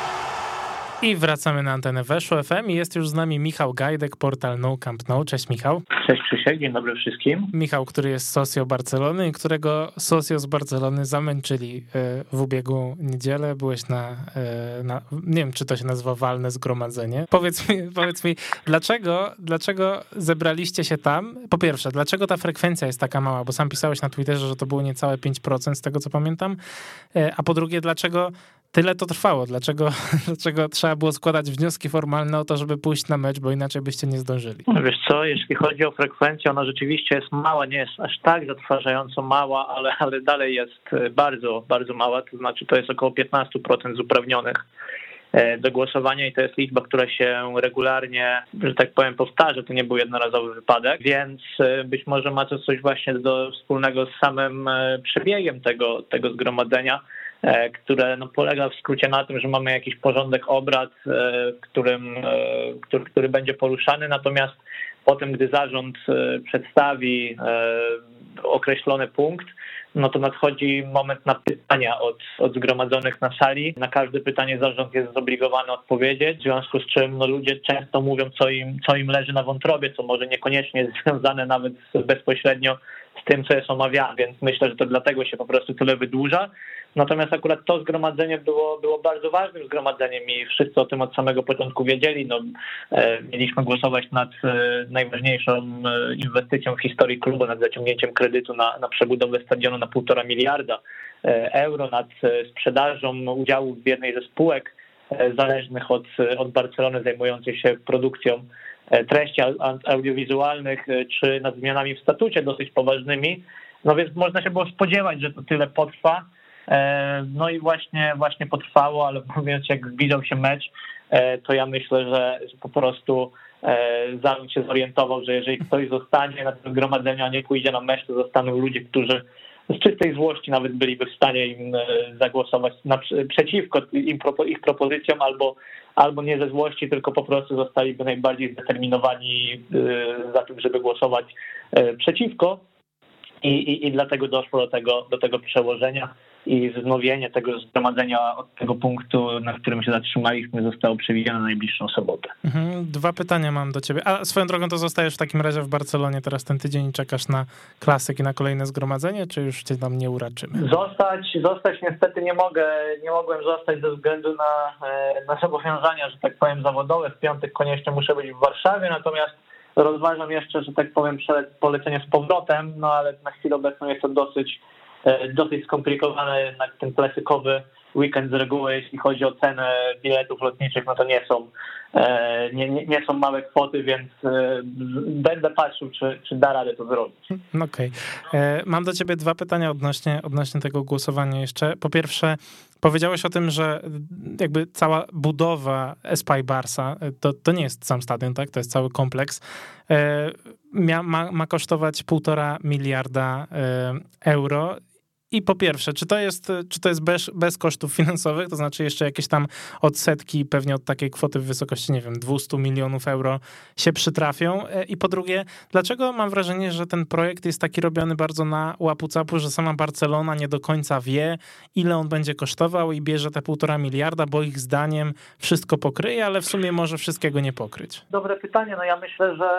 I wracamy na antenę Weszło F M i jest już z nami Michał Gajdek, portal No Camp No. Cześć Michał. Cześć Krzysiek, dzień dobry wszystkim. Michał, który jest socio Barcelony i którego socio z Barcelony zamęczyli w ubiegłą niedzielę. Byłeś na, na nie wiem, czy to się nazywa walne zgromadzenie. Powiedz mi, powiedz mi dlaczego, dlaczego zebraliście się tam? Po pierwsze, dlaczego ta frekwencja jest taka mała? Bo sam pisałeś na Twitterze, że to było niecałe pięć procent z tego, co pamiętam. A po drugie, dlaczego tyle to trwało? Dlaczego, dlaczego trzeba było składać wnioski formalne o to, żeby pójść na mecz, bo inaczej byście nie zdążyli? No wiesz co, jeśli chodzi o frekwencję, ona rzeczywiście jest mała, nie jest aż tak zatrważająco mała, ale, ale dalej jest bardzo, bardzo mała, to znaczy to jest około piętnaście procent z uprawnionych do głosowania i to jest liczba, która się regularnie, że tak powiem, powtarza, to nie był jednorazowy wypadek, więc być może ma to coś właśnie do wspólnego z samym przebiegiem tego, tego zgromadzenia, które no, polega w skrócie na tym, że mamy jakiś porządek obrad, w którym, który, który będzie poruszany, natomiast potem, gdy zarząd przedstawi określony punkt, no to nadchodzi moment na pytania od, od zgromadzonych na sali. Na każde pytanie zarząd jest zobligowany odpowiedzieć, w związku z czym no, ludzie często mówią, co im, co im leży na wątrobie, co może niekoniecznie jest związane nawet bezpośrednio z tym, co jest omawiane, więc myślę, że to dlatego się po prostu tyle wydłuża. Natomiast akurat to zgromadzenie było, było bardzo ważnym zgromadzeniem i wszyscy o tym od samego początku wiedzieli. No, e, mieliśmy głosować nad e, najważniejszą e, inwestycją w historii klubu, nad zaciągnięciem kredytu na, na przebudowę stadionu na półtora miliarda e, euro, nad e, sprzedażą udziałów w jednej ze spółek e, zależnych od, od Barcelony zajmujących się produkcją e, treści audiowizualnych, e, czy nad zmianami w statucie dosyć poważnymi. No więc można się było spodziewać, że to tyle potrwa. No i właśnie właśnie potrwało, ale mówiąc, jak zbliżał się mecz, to ja myślę, że po prostu zarząd się zorientował, że jeżeli ktoś zostanie na tym zgromadzeniu, a nie pójdzie na mecz, to zostaną ludzie, którzy z czystej złości nawet byliby w stanie im zagłosować na, przeciwko im, ich propozycjom, albo, albo nie ze złości, tylko po prostu zostaliby najbardziej zdeterminowani za tym, żeby głosować przeciwko. I, i, i dlatego doszło do tego, do tego przełożenia i wznowienie tego zgromadzenia od tego punktu, na którym się zatrzymaliśmy, zostało przewidziane na najbliższą sobotę. Mhm, dwa pytania mam do ciebie. A swoją drogą to zostajesz w takim razie w Barcelonie teraz ten tydzień i czekasz na klasyk i na kolejne zgromadzenie, czy już cię tam nie uraczymy? Zostać, zostać niestety nie mogę, nie mogłem zostać ze względu na, na zobowiązania, że tak powiem, zawodowe. W piątek koniecznie muszę być w Warszawie, natomiast rozważam jeszcze, że tak powiem, polecenie z powrotem, no ale na chwilę obecną jest to dosyć dosyć skomplikowany, jednak ten klasykowy weekend z reguły, jeśli chodzi o cenę biletów lotniczych, no to nie są, nie, nie, nie są małe kwoty, więc będę patrzył, czy, czy da radę to zrobić. Okej. Okay. Mam do ciebie dwa pytania odnośnie, odnośnie tego głosowania jeszcze. Po pierwsze, powiedziałeś o tym, że jakby cała budowa Espai Barça to, to nie jest sam stadion, tak? To jest cały kompleks. Mia, ma, ma kosztować półtora miliarda euro. I po pierwsze, czy to jest, czy to jest bez, bez kosztów finansowych, to znaczy jeszcze jakieś tam odsetki pewnie od takiej kwoty w wysokości, nie wiem, dwieście milionów euro się przytrafią? I po drugie, dlaczego mam wrażenie, że ten projekt jest taki robiony bardzo na łapu-capu, że sama Barcelona nie do końca wie, ile on będzie kosztował i bierze te półtora miliarda, bo ich zdaniem wszystko pokryje, ale w sumie może wszystkiego nie pokryć? Dobre pytanie. No ja myślę, że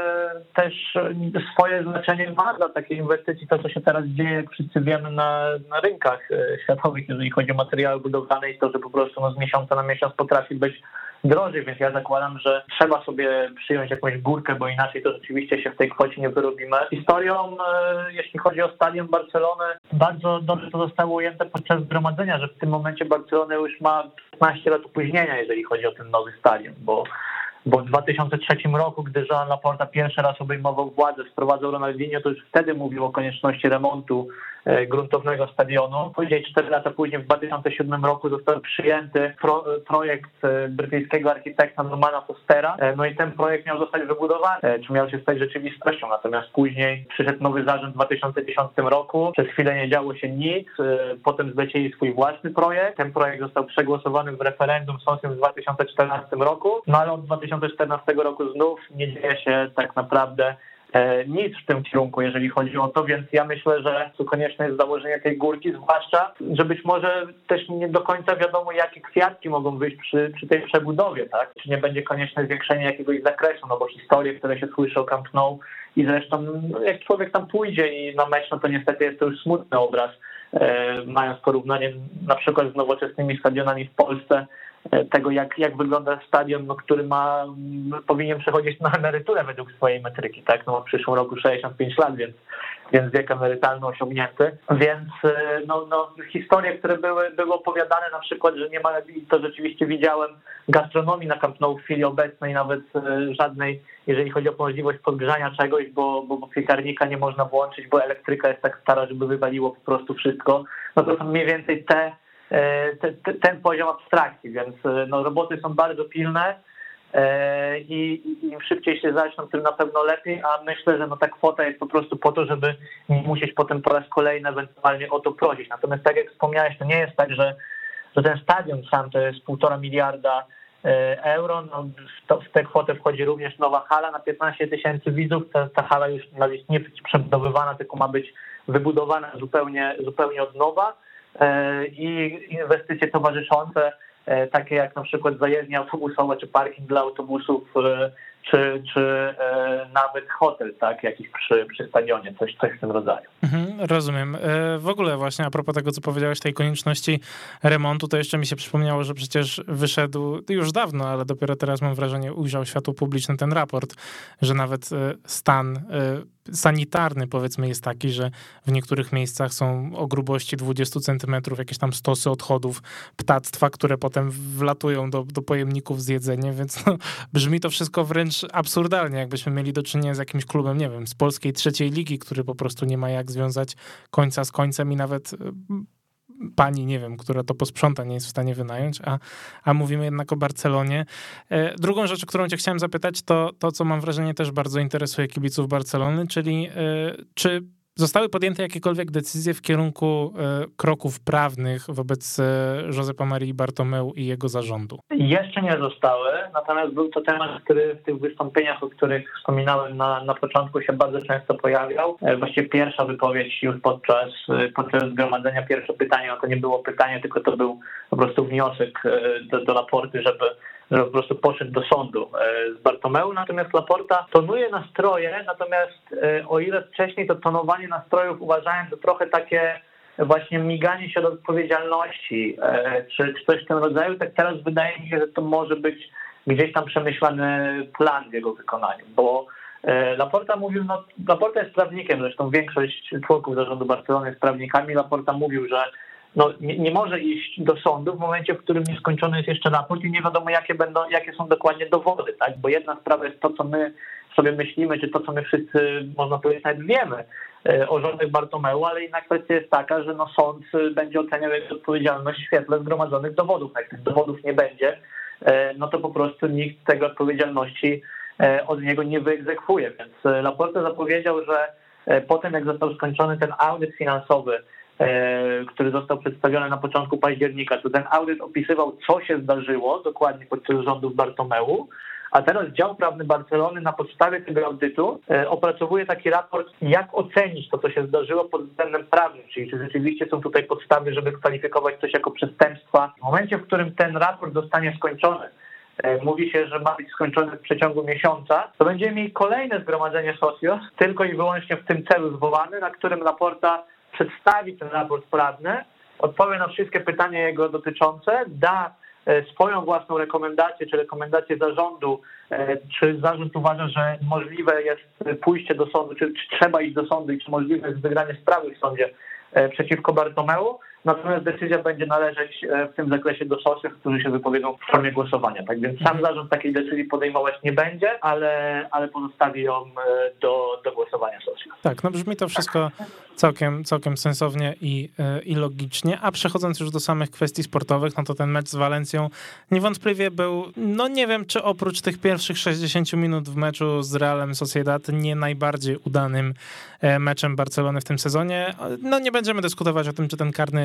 też swoje znaczenie ma dla takiej inwestycji to, co się teraz dzieje, jak wszyscy wiemy, Na, na rynkach światowych, jeżeli chodzi o materiały budowlane i to, że po prostu no, z miesiąca na miesiąc potrafi być drożej, więc ja zakładam, że trzeba sobie przyjąć jakąś górkę, bo inaczej to rzeczywiście się w tej kwocie nie wyrobimy. Historią, jeśli chodzi o stadion Barcelony, bardzo dobrze to zostało ujęte podczas zgromadzenia, że w tym momencie Barcelona już ma piętnaście lat opóźnienia, jeżeli chodzi o ten nowy stadion, bo Bo w dwa tysiące trzecim roku, gdy Joan Laporta pierwszy raz obejmował władzę, sprowadzał Ronaldinho, to już wtedy mówił o konieczności remontu gruntownego stadionu. Później, cztery lata później, w dwa tysiące siódmym roku został przyjęty pro, projekt brytyjskiego architekta Normana Fostera. No i ten projekt miał zostać wybudowany, czy miał się stać rzeczywistością. Natomiast później przyszedł nowy zarząd w dwa tysiące dziesiątym roku. Przez chwilę nie działo się nic. Potem zlecieli swój własny projekt. Ten projekt został przegłosowany w referendum sąsiedztwem w dwa tysiące czternastym roku. No ale od dwa tysiące czternastego roku znów nie dzieje się tak naprawdę nic w tym kierunku, jeżeli chodzi o to, więc ja myślę, że tu konieczne jest założenie tej górki, zwłaszcza, że być może też nie do końca wiadomo, jakie kwiatki mogą wyjść przy, przy tej przebudowie, tak? Czy nie będzie konieczne zwiększenie jakiegoś zakresu, no bo historie, które się słyszy o Camp Nou i zresztą no, jak człowiek tam pójdzie i na mecz, no to niestety jest to już smutny obraz, e, mając porównanie na przykład z nowoczesnymi stadionami w Polsce, tego, jak, jak wygląda stadion, no, który ma, powinien przechodzić na emeryturę według swojej metryki, tak? No, w przyszłym roku sześćdziesiąt pięć lat, więc, więc wiek emerytalny osiągnięty. Więc no, no, historie, które były, były opowiadane, na przykład, że nie ma, to rzeczywiście widziałem, gastronomii na Camp Nou w chwili obecnej, nawet żadnej, jeżeli chodzi o możliwość podgrzania czegoś, bo, bo, bo piekarnika nie można włączyć, bo elektryka jest tak stara, żeby wywaliło po prostu wszystko. No to są mniej więcej te Ten, ten poziom abstrakcji, więc no, roboty są bardzo pilne i im szybciej się zaczną, tym na pewno lepiej, a myślę, że no, ta kwota jest po prostu po to, żeby nie musieć potem po raz kolejny ewentualnie o to prosić. Natomiast tak jak wspomniałeś, to nie jest tak, że, że ten stadion sam to jest półtora miliarda euro, no, w, to, w tę kwotę wchodzi również nowa hala na piętnaście tysięcy widzów, ta, ta hala już nie jest przebudowywana, tylko ma być wybudowana zupełnie, zupełnie od nowa. I inwestycje towarzyszące, takie jak na przykład zajezdnie autobusowe, czy parking dla autobusów, czy, czy nawet hotel, tak, jakiś przy, przy stadionie, coś, coś w tym rodzaju. Mhm, rozumiem. W ogóle właśnie a propos tego, co powiedziałeś, tej konieczności remontu, to jeszcze mi się przypomniało, że przecież wyszedł już dawno, ale dopiero teraz mam wrażenie ujrzał światło publiczne ten raport, że nawet stan sanitarny, powiedzmy, jest taki, że w niektórych miejscach są o grubości dwadzieścia centymetrów jakieś tam stosy odchodów ptactwa, które potem wlatują do, do pojemników z jedzeniem, więc no, brzmi to wszystko wręcz absurdalnie, jakbyśmy mieli do czynienia z jakimś klubem, nie wiem, z polskiej trzeciej ligi, który po prostu nie ma jak związać końca z końcem i nawet pani, nie wiem, która to posprząta, nie jest w stanie wynająć, a, a mówimy jednak o Barcelonie. Drugą rzecz, o którą cię chciałem zapytać, to to, co mam wrażenie też bardzo interesuje kibiców Barcelony, czyli czy zostały podjęte jakiekolwiek decyzje w kierunku kroków prawnych wobec Josepa Marii Bartomeu i jego zarządu? Jeszcze nie zostały, natomiast był to temat, który w tych wystąpieniach, o których wspominałem na, na początku, się bardzo często pojawiał. Właściwie pierwsza wypowiedź już podczas, podczas zgromadzenia, pierwsze pytanie, no to nie było pytanie, tylko to był po prostu wniosek do, do Laporty, żeby że po prostu poszedł do sądu z Bartomeu, natomiast Laporta tonuje nastroje, natomiast o ile wcześniej to tonowanie nastrojów uważałem za trochę takie właśnie miganie się od odpowiedzialności, czy, czy coś w tym rodzaju, tak teraz wydaje mi się, że to może być gdzieś tam przemyślany plan w jego wykonaniu, bo Laporta mówił, no Laporta jest prawnikiem, zresztą większość członków zarządu Barcelony jest prawnikami. Laporta mówił, że no, nie, nie może iść do sądu w momencie, w którym nieskończony jest jeszcze raport i nie wiadomo, jakie będą, jakie są dokładnie dowody, tak? Bo jedna sprawa jest to, co my sobie myślimy, czy to, co my wszyscy, można powiedzieć, nawet wiemy o rządach Bartomeu, ale inna kwestia jest taka, że no sąd będzie oceniał jego odpowiedzialność w świetle zgromadzonych dowodów. Jak tych dowodów nie będzie, no to po prostu nikt tego odpowiedzialności od niego nie wyegzekwuje. Więc Laporta zapowiedział, że po tym, jak został skończony ten audyt finansowy, który został przedstawiony na początku października, to ten audyt opisywał, co się zdarzyło dokładnie podczas rządów Bartomeu, a teraz dział prawny Barcelony na podstawie tego audytu opracowuje taki raport, jak ocenić to, co się zdarzyło pod względem prawnym, czyli czy rzeczywiście są tutaj podstawy, żeby kwalifikować coś jako przestępstwa. W momencie, w którym ten raport zostanie skończony, mówi się, że ma być skończony w przeciągu miesiąca, to będziemy mieli kolejne zgromadzenie socios, tylko i wyłącznie w tym celu zwołany, na którym Laporta przedstawi ten raport prawny, odpowie na wszystkie pytania jego dotyczące, da swoją własną rekomendację, czy rekomendację zarządu, czy zarząd uważa, że możliwe jest pójście do sądu, czy, czy trzeba iść do sądu i czy możliwe jest wygranie sprawy w sądzie przeciwko Bartomeu. Natomiast decyzja będzie należeć w tym zakresie do socios, którzy się wypowiedzą w formie głosowania. Tak więc sam zarząd takiej decyzji podejmować nie będzie, ale, ale pozostawi ją do, do głosowania socios. Tak, no brzmi to wszystko całkiem, całkiem sensownie i, i logicznie. A przechodząc już do samych kwestii sportowych, no to ten mecz z Walencją niewątpliwie był, no nie wiem, czy oprócz tych pierwszych sześćdziesięciu minut w meczu z Realem Sociedad nie najbardziej udanym meczem Barcelony w tym sezonie. No nie będziemy dyskutować o tym, czy ten karny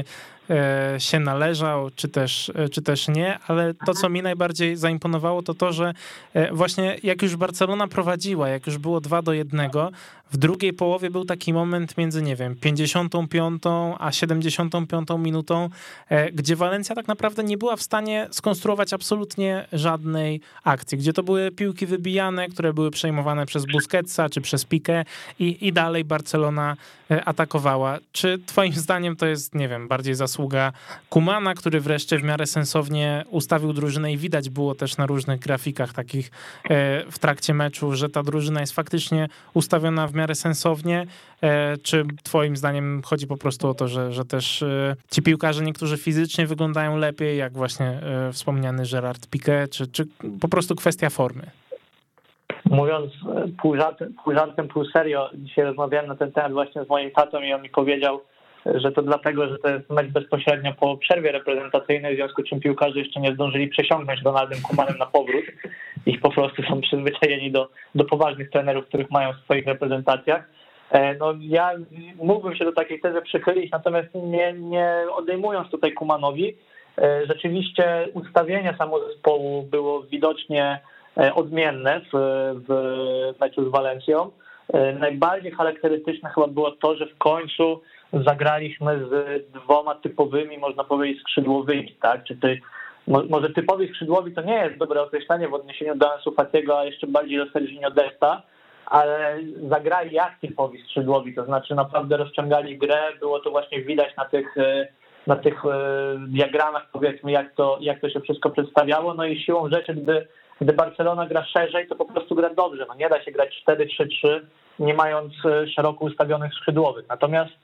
się należał, czy też, czy też nie, ale to, co mi najbardziej zaimponowało, to to, że właśnie jak już Barcelona prowadziła, jak już było dwa do jednego, w drugiej połowie był taki moment między, nie wiem, pięćdziesiątą piątą a siedemdziesiątą piątą minutą, gdzie Walencja tak naprawdę nie była w stanie skonstruować absolutnie żadnej akcji, gdzie to były piłki wybijane, które były przejmowane przez Busquetsa czy przez Piqué i, i dalej Barcelona atakowała. Czy twoim zdaniem to jest, nie wiem, bardziej zasługa Kumana, który wreszcie w miarę sensownie ustawił drużynę i widać było też na różnych grafikach takich w trakcie meczu, że ta drużyna jest faktycznie ustawiona w miarę sensownie, czy twoim zdaniem chodzi po prostu o to, że, że też ci piłkarze niektórzy fizycznie wyglądają lepiej, jak właśnie wspomniany Gerard Piqué, czy, czy po prostu kwestia formy? Mówiąc pół żartem, pół żartem, pół serio, dzisiaj rozmawiałem na ten temat właśnie z moim tatą i on mi powiedział, że to dlatego, że to jest mecz bezpośrednio po przerwie reprezentacyjnej, w związku z czym piłkarze jeszcze nie zdążyli przesiąknąć Donaldem Koemanem na powrót i po prostu są przyzwyczajeni do, do poważnych trenerów, których mają w swoich reprezentacjach. No ja mógłbym się do takiej tezy przychylić, natomiast nie, nie odejmując tutaj Koemanowi, rzeczywiście ustawienie samo zespołu było widocznie odmienne w, w meczu z Walencją. Najbardziej charakterystyczne chyba było to, że w końcu zagraliśmy z dwoma typowymi, można powiedzieć, skrzydłowymi, tak? Czy ty, może typowi skrzydłowi to nie jest dobre określenie w odniesieniu do Ansu Fatiego, a jeszcze bardziej do Serginho Desta, ale zagrali jak typowi skrzydłowi, to znaczy naprawdę rozciągali grę, było to właśnie widać na tych, na tych diagramach, powiedzmy, jak to, jak to się wszystko przedstawiało, no i siłą rzeczy, gdy, gdy Barcelona gra szerzej, to po prostu gra dobrze, no nie da się grać cztery trzy trzy, nie mając szeroko ustawionych skrzydłowych. Natomiast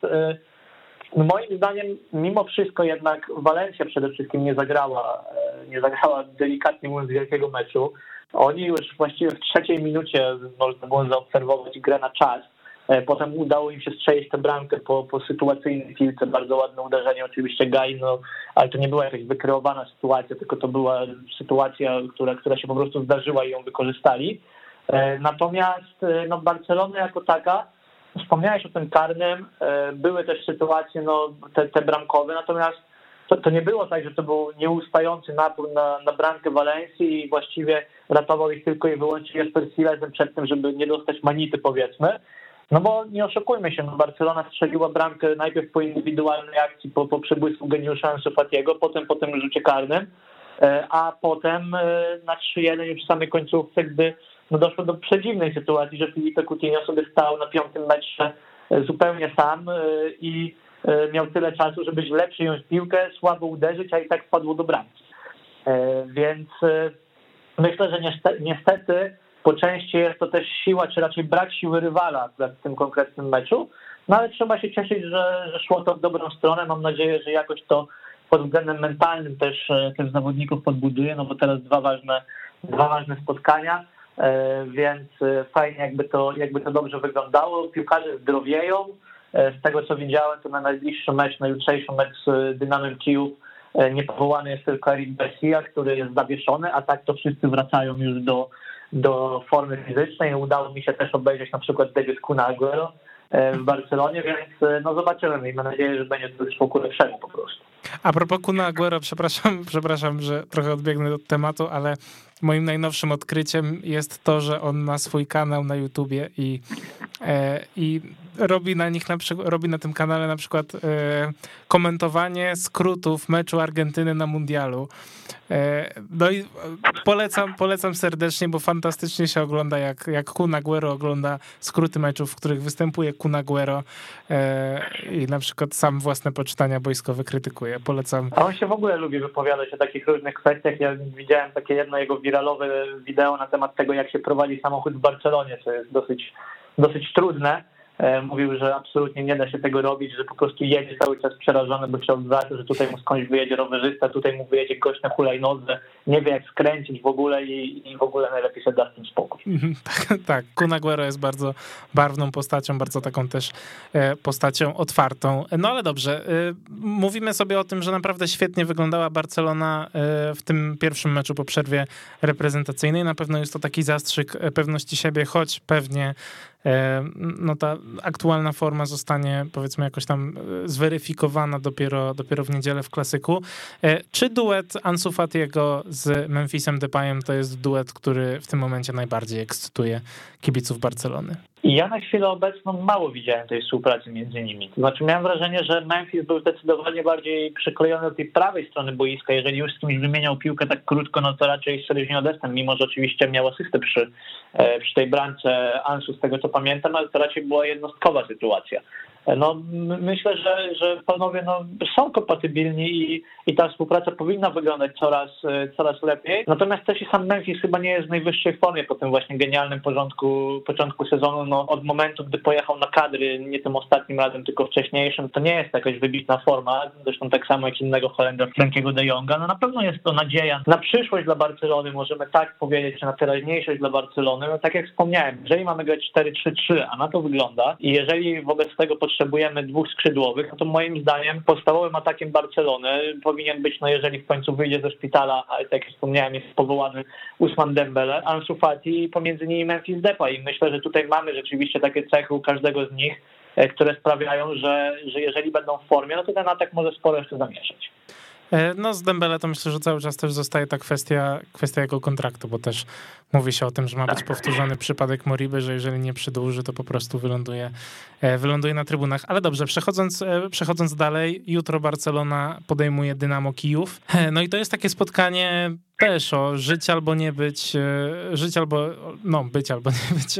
moim zdaniem mimo wszystko jednak Walencja przede wszystkim nie zagrała, nie zagrała delikatnie mówiąc wielkiego meczu. Oni już właściwie w trzeciej minucie można było zaobserwować grę na czas. Potem udało im się strzelić tę bramkę po, po sytuacyjnej piłce, bardzo ładne uderzenie oczywiście Gai, no, ale to nie była jakaś wykreowana sytuacja, tylko to była sytuacja, która, która się po prostu zdarzyła i ją wykorzystali. Natomiast no, Barcelona jako taka, wspomniałeś o tym karnym, były też sytuacje no, te, te bramkowe, natomiast to, to nie było tak, że to był nieustający napór na, na bramkę Walencji i właściwie ratował ich tylko i wyłącznie Jesper Silesen przed tym, żeby nie dostać manity, powiedzmy. No bo nie oszukujmy się, no Barcelona strzeliła bramkę najpierw po indywidualnej akcji, po, po przebłysku geniusza Ansu Fatiego, potem po tym rzucie karnym, a potem na trzy jeden już w samej końcówce, gdy no doszło do przedziwnej sytuacji, że Filipe Coutinho sobie stał na piątym metrze zupełnie sam i miał tyle czasu, żeby źle przyjąć piłkę, słabo uderzyć, a i tak wpadło do bramki. Więc myślę, że niestety po części jest to też siła, czy raczej brak siły rywala w tym konkretnym meczu, no ale trzeba się cieszyć, że, że szło to w dobrą stronę. Mam nadzieję, że jakoś to pod względem mentalnym też, też zawodników podbuduje, no bo teraz dwa ważne, dwa ważne spotkania, więc fajnie jakby to, jakby to dobrze wyglądało. Piłkarze zdrowieją. Z tego co widziałem, to na najbliższy mecz, na jutrzejszy mecz z Dynamem Kijów niepowołany jest tylko Eric Garcia, który jest zawieszony, a tak to wszyscy wracają już do, do formy fizycznej. Udało mi się też obejrzeć na przykład debiut Kuna Aguero w Barcelonie, więc no zobaczymy i mam nadzieję, że będzie to już wokół lepszego po prostu. A propos Kuna Aguero, przepraszam, przepraszam, że trochę odbiegnę od tematu, ale moim najnowszym odkryciem jest to, że on ma swój kanał na YouTubie i, e, i robi na nich na przykład, robi na tym kanale na przykład e, komentowanie skrótów meczu Argentyny na mundialu. E, no i polecam, polecam serdecznie, bo fantastycznie się ogląda, jak, jak Kun Aguero ogląda skróty meczów, w których występuje Kun Aguero e, i na przykład sam własne poczytania boiskowe krytykuje. Polecam. A on się w ogóle lubi wypowiadać o takich różnych kwestiach. Ja widziałem takie jedno jego wiralowe wideo na temat tego, jak się prowadzi samochód w Barcelonie, co jest dosyć, dosyć trudne. Mówił, że absolutnie nie da się tego robić, że po prostu jedzie cały czas przerażony, bo się odwraca, że tutaj mu skądś wyjedzie rowerzysta, tutaj mu wyjedzie gość na hulajnodze, nie wie jak skręcić w ogóle i, i w ogóle najlepiej się da z tym spokój. Tak, tak. Kun Aguero jest bardzo barwną postacią, bardzo taką też postacią otwartą. No ale dobrze, mówimy sobie o tym, że naprawdę świetnie wyglądała Barcelona w tym pierwszym meczu po przerwie reprezentacyjnej. Na pewno jest to taki zastrzyk pewności siebie, choć pewnie no ta aktualna forma zostanie powiedzmy jakoś tam zweryfikowana dopiero, dopiero w niedzielę w klasyku. Czy duet Ansu Fatiego z Memphisem Depayem to jest duet, który w tym momencie najbardziej ekscytuje kibiców Barcelony? I ja na chwilę obecną mało widziałem tej współpracy między nimi. To znaczy miałem wrażenie, że Memphis był zdecydowanie bardziej przyklejony do tej prawej strony boiska. Jeżeli już z kimś wymieniał piłkę tak krótko, no to raczej z Sergio Destem, mimo że oczywiście miał asystę przy, przy tej bramce Ansu, z tego co pamiętam, ale to raczej była jednostkowa sytuacja. No myślę, że, że panowie no, są kompatybilni i, i ta współpraca powinna wyglądać coraz, coraz lepiej. Natomiast też i sam Memphis chyba nie jest w najwyższej formie po tym właśnie genialnym porządku, początku sezonu. No, od momentu, gdy pojechał na kadry, nie tym ostatnim razem, tylko wcześniejszym, to nie jest jakaś wybitna forma. Zresztą tak samo jak innego Holendra Frankiego de Jonga. No na pewno jest to nadzieja na przyszłość dla Barcelony, możemy tak powiedzieć, czy na teraźniejszość dla Barcelony. No tak jak wspomniałem, jeżeli mamy grać cztery trzy trzy, a na to wygląda i jeżeli wobec tego potrzebujemy dwóch skrzydłowych, no to moim zdaniem podstawowym atakiem Barcelony powinien być, no jeżeli w końcu wyjdzie ze szpitala, ale tak jak wspomniałem, jest powołany Ousmane Dembele, Ansu Fati i pomiędzy nimi Memphis Depay. I myślę, że tutaj mamy rzeczywiście takie cechy u każdego z nich, które sprawiają, że, że jeżeli będą w formie, no to ten atak może sporo jeszcze zamieszać. No z Dembele to myślę, że cały czas też zostaje ta kwestia, kwestia jego kontraktu, bo też mówi się o tym, że ma być powtórzony przypadek Moriby, że jeżeli nie przedłuży, to po prostu wyląduje, wyląduje na trybunach. Ale dobrze, przechodząc, przechodząc dalej, jutro Barcelona podejmuje Dynamo Kijów. No i to jest takie spotkanie też o żyć albo nie być, żyć albo, no być albo nie być,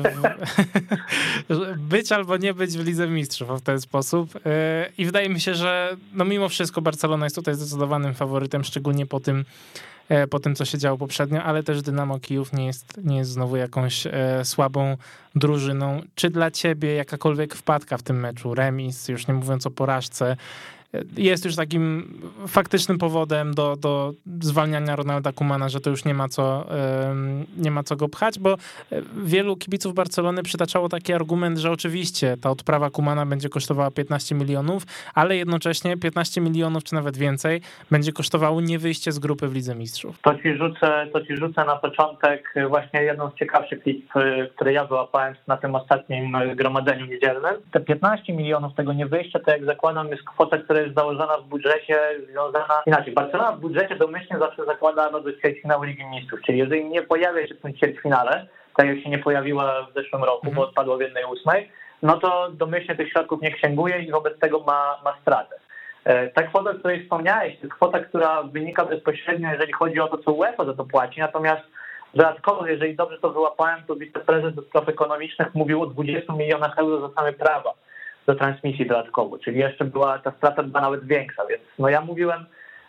być albo nie być w Lidze Mistrzów w ten sposób. I wydaje mi się, że no mimo wszystko Barcelona jest tutaj zdecydowanym faworytem, szczególnie po tym, po tym, co się działo poprzednio, ale też Dynamo Kijów nie jest, nie jest znowu jakąś słabą drużyną. Czy dla ciebie jakakolwiek wpadka w tym meczu, remis, już nie mówiąc o porażce, jest już takim faktycznym powodem do, do zwalniania Ronalda Koemana, że to już nie ma co, nie ma co go pchać, bo wielu kibiców Barcelony przytaczało taki argument, że oczywiście ta odprawa Koemana będzie kosztowała piętnaście milionów, ale jednocześnie piętnaście milionów czy nawet więcej będzie kosztowało nie wyjście z grupy w Lidze Mistrzów. To ci rzucę, to ci rzucę na początek właśnie jedną z ciekawszych liczb, które ja wyłapałem na tym ostatnim zgromadzeniu niedzielnym. Te piętnaście milionów tego nie wyjścia, to jak zakładam, jest kwota, która jest założona w budżecie, związana inaczej. Barcelona w budżecie domyślnie zawsze zakłada no do ćwierćfinału Ligi Mistrzów, czyli jeżeli nie pojawia się w tym ćwierćfinale, tak jak się nie pojawiła w zeszłym roku, mm. bo odpadła w jednej ósmej, no to domyślnie tych środków nie księguje i wobec tego ma, ma stratę. Ta kwota, o której wspomniałeś, to jest kwota, która wynika bezpośrednio, jeżeli chodzi o to, co UEFA za to płaci, natomiast dodatkowo, jeżeli dobrze to wyłapałem, to wiceprezes do spraw ekonomicznych mówił o dwudziestu milionach euro za same prawa do transmisji dodatkowo, czyli jeszcze była ta strata była nawet większa, więc no ja mówiłem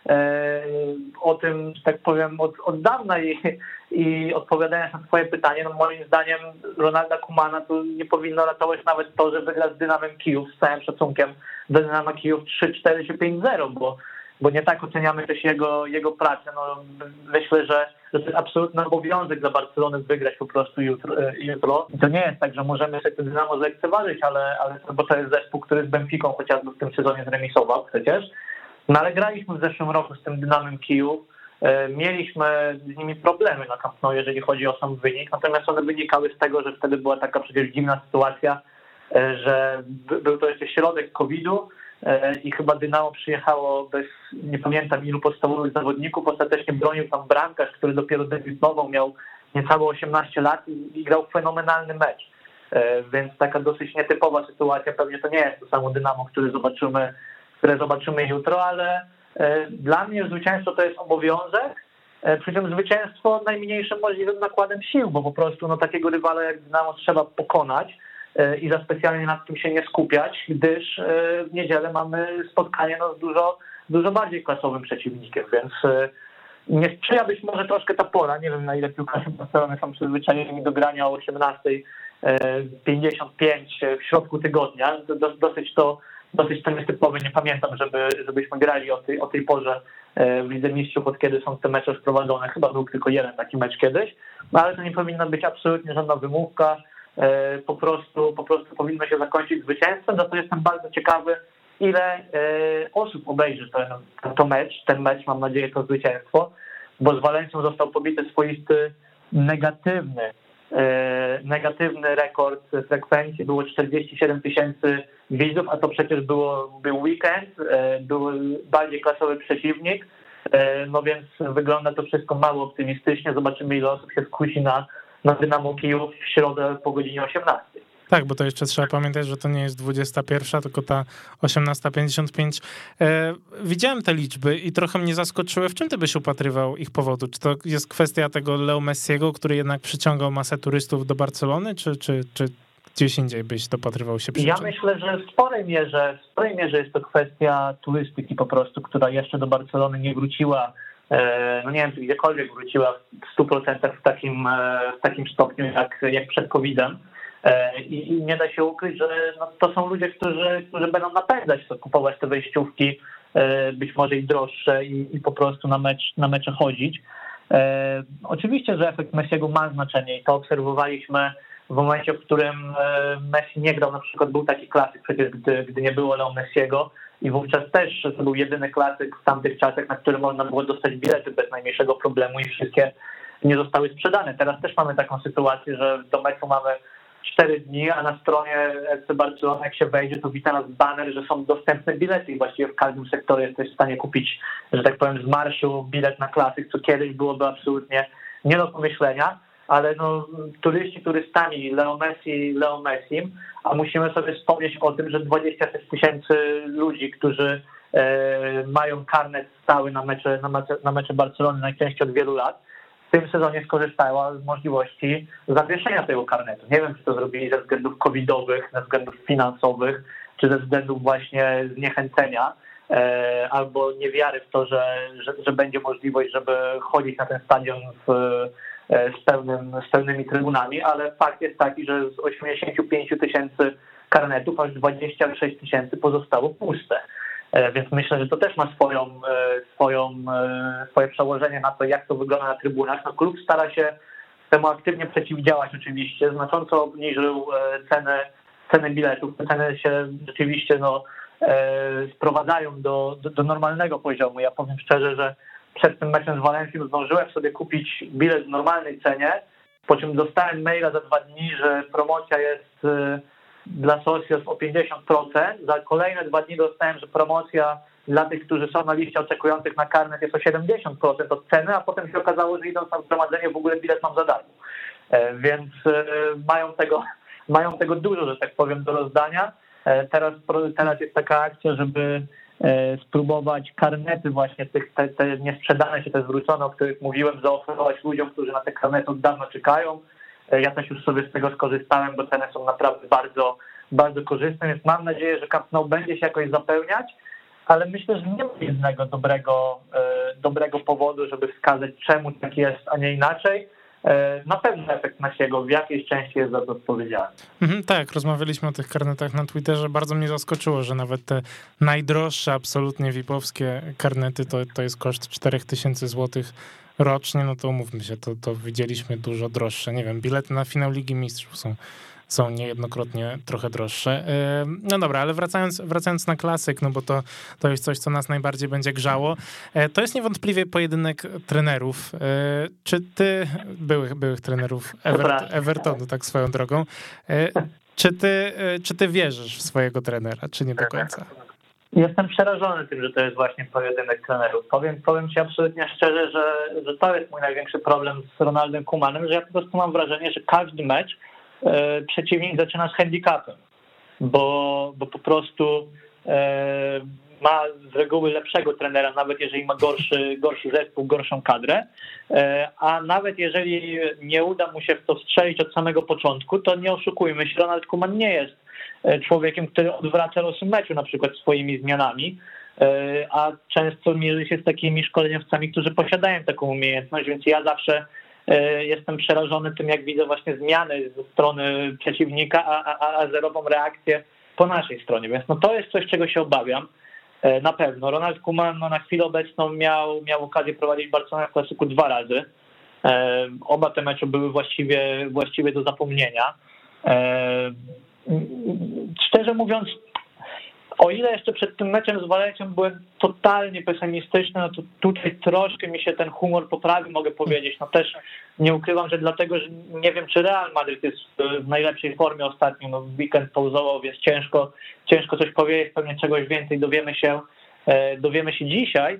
o tym, że tak powiem, od, od dawna i, i odpowiadając na twoje pytanie, no moim zdaniem Ronalda Koemana to nie powinno ratować nawet to, że wygra z Dynamem Kijów, z całym szacunkiem do Dynama Kijów trzy cztery czy pięć zero, bo, bo nie tak oceniamy też jego, jego pracę. No, myślę, że, że to jest absolutny obowiązek dla Barcelony wygrać po prostu jutro. jutro. I to nie jest tak, że możemy sobie ten Dynamo zlekceważyć, ale, ale bo to jest zespół, który z Benficą chociażby w tym sezonie zremisował przecież. No ale graliśmy w zeszłym roku z tym Dynamem Kijów, mieliśmy z nimi problemy na Camp Nou, jeżeli chodzi o sam wynik, natomiast one wynikały z tego, że wtedy była taka przecież dziwna sytuacja, że był to jeszcze środek kowida i chyba Dynamo przyjechało bez, nie pamiętam ilu podstawowych zawodników, ostatecznie bronił tam bramkarz, który dopiero debiutował, miał niecałe osiemnaście lat i, i grał fenomenalny mecz, więc taka dosyć nietypowa sytuacja, pewnie to nie jest to samo Dynamo, które zobaczymy które zobaczymy jutro, ale dla mnie zwycięstwo to jest obowiązek, przy czym zwycięstwo najmniejszym możliwym nakładem sił, bo po prostu no, takiego rywala jak Dynamo trzeba pokonać i za specjalnie nad tym się nie skupiać, gdyż w niedzielę mamy spotkanie no, z dużo, dużo bardziej klasowym przeciwnikiem, więc nie sprzyja być może troszkę ta pora, nie wiem na ile piłkarze Barcelony są przyzwyczajeni do grania o osiemnasta pięćdziesiąt pięć w środku tygodnia, dosyć to Dosyć to nietypowe, nie pamiętam, żeby, żebyśmy grali o tej, o tej porze w Lidze Mistrzów, od kiedy są te mecze wprowadzone. Chyba był tylko jeden taki mecz kiedyś, no ale to nie powinna być absolutnie żadna wymówka. Po prostu, po prostu powinno się zakończyć zwycięstwem. Za to jestem bardzo ciekawy, ile osób obejrzy ten, to mecz, ten mecz, mam nadzieję, to zwycięstwo, bo z Walencją został pobity swoisty negatywny negatywny rekord frekwencji, było czterdzieści siedem tysięcy widzów, a to przecież było, był weekend, był bardziej klasowy przeciwnik, no więc wygląda to wszystko mało optymistycznie. Zobaczymy, ile osób się skusi na, na Dynamo Kijów w środę po godzinie osiemnastej. Tak, bo to jeszcze trzeba pamiętać, że to nie jest dwudziesta pierwsza, tylko ta osiemnasta pięćdziesiąt pięć. E, widziałem te liczby i trochę mnie zaskoczyły. W czym ty byś upatrywał ich powodu? Czy to jest kwestia tego Leo Messiego, który jednak przyciągał masę turystów do Barcelony, czy, czy, czy gdzieś indziej byś dopatrywał się przyczyn? Ja myślę, że w sporej mierze, w sporej mierze jest to kwestia turystyki po prostu, która jeszcze do Barcelony nie wróciła. No nie wiem, czy gdziekolwiek wróciła w stu procentach w takim, w takim stopniu jak, jak przed kowidem. I, I nie da się ukryć, że no, to są ludzie, którzy, którzy będą napędzać, to kupować te wejściówki, być może i droższe i, i po prostu na, mecz, na mecze chodzić. E, oczywiście, że efekt Messiego ma znaczenie i to obserwowaliśmy w momencie, w którym Messi nie grał. Na przykład był taki klasyk przecież, gdy, gdy nie było Leo Messiego i wówczas też to był jedyny klasyk w tamtych czasach, na który można było dostać bilety bez najmniejszego problemu i wszystkie nie zostały sprzedane. Teraz też mamy taką sytuację, że do meczu mamy cztery dni, a na stronie F C Barcelona, jak się wejdzie, to wita nas baner, że są dostępne bilety i właściwie w każdym sektorze jesteś w stanie kupić, że tak powiem, z marszu bilet na klasyk, co kiedyś byłoby absolutnie nie do pomyślenia, ale no, turyści turystami, Leo Messi, Leo Messi, a musimy sobie wspomnieć o tym, że dwadzieścia sześć tysięcy ludzi, którzy e, mają karnet stały na mecze, na mecze, na mecze Barcelony najczęściej od wielu lat, w tym sezonie skorzystała z możliwości zawieszenia tego karnetu. Nie wiem, czy to zrobili ze względów covidowych, ze względów finansowych, czy ze względów właśnie zniechęcenia e, albo niewiary w to, że, że, że będzie możliwość, żeby chodzić na ten stadion w, e, z, pełnym, z pełnymi trybunami, ale fakt jest taki, że z osiemdziesięciu pięciu tysięcy karnetów aż dwadzieścia sześć tysięcy pozostało puste. Więc myślę, że to też ma swoją, swoją, swoje przełożenie na to, jak to wygląda na trybunach. No, klub stara się temu aktywnie przeciwdziałać oczywiście, znacząco obniżył ceny, ceny biletów. Te ceny się rzeczywiście no, sprowadzają do, do, do normalnego poziomu. Ja powiem szczerze, że przed tym meczem z Walencją zdążyłem sobie kupić bilet w normalnej cenie, po czym dostałem maila za dwa dni, że promocja jest dla Socios o pięćdziesiąt procent. Za kolejne dwa dni dostałem, że promocja dla tych, którzy są na liście oczekujących na karnet, jest o siedemdziesiąt procent od ceny, a potem się okazało, że idąc na zgromadzenie w ogóle bilet mam za darmo. Więc mają tego, mają tego dużo, że tak powiem, do rozdania. Teraz, teraz jest taka akcja, żeby spróbować karnety właśnie tych, te, te niesprzedane się, te zwrócone, o których mówiłem, zaoferować ludziom, którzy na te karnety od dawna czekają. Ja też już sobie z tego skorzystałem, bo ceny są naprawdę bardzo, bardzo korzystne, więc mam nadzieję, że Camp Nou będzie się jakoś zapełniać. ale myślę, że nie ma jednego dobrego, dobrego powodu, żeby wskazać, czemu tak jest, a nie inaczej. Na pewno efekt Nasiego w jakiejś części jest za to odpowiedzialny. Mhm, tak, rozmawialiśmy o tych karnetach na Twitterze. Bardzo mnie zaskoczyło, że nawet te najdroższe, absolutnie V I P-owskie karnety to, to jest koszt cztery tysiące złotych rocznie. No to umówmy się, to, to widzieliśmy dużo droższe. Nie wiem, bilety na finał Ligi Mistrzów są są niejednokrotnie trochę droższe. No dobra, ale wracając, wracając na klasyk, no bo to, to jest coś, co nas najbardziej będzie grzało. To jest niewątpliwie pojedynek trenerów. Czy ty, byłych, byłych trenerów Evert, Evertonu, tak swoją drogą, czy ty, czy ty wierzysz w swojego trenera, czy nie do końca? Jestem przerażony tym, że to jest właśnie pojedynek trenerów. Powiem, powiem ci absolutnie szczerze, że, że to jest mój największy problem z Ronaldem Koemanem, że ja po prostu mam wrażenie, że każdy mecz e, przeciwnik zaczyna z handicapem, bo, bo po prostu e, ma z reguły lepszego trenera, nawet jeżeli ma gorszy, gorszy zespół, gorszą kadrę, e, a nawet jeżeli nie uda mu się w to strzelić od samego początku, to nie oszukujmy się, Ronald Koeman nie jest człowiekiem, który odwraca losy meczu na przykład swoimi zmianami, a często mierzy się z takimi szkoleniowcami, którzy posiadają taką umiejętność, więc ja zawsze jestem przerażony tym, jak widzę właśnie zmiany ze strony przeciwnika, a, a, a zerową reakcję po naszej stronie, więc no to jest coś, czego się obawiam na pewno. Ronald Koeman no, na chwilę obecną miał, miał okazję prowadzić Barcelonę w klasyku dwa razy. Oba te mecze były właściwie, właściwie do zapomnienia. Szczerze mówiąc, o ile jeszcze przed tym meczem z Walencją byłem totalnie pesymistyczny, no to tutaj troszkę mi się ten humor poprawił, mogę powiedzieć. No też nie ukrywam, że dlatego, że nie wiem, czy Real Madryt jest w najlepszej formie ostatnio, no weekend pauzował, więc ciężko, ciężko coś powiedzieć, pewnie czegoś więcej dowiemy się, dowiemy się dzisiaj,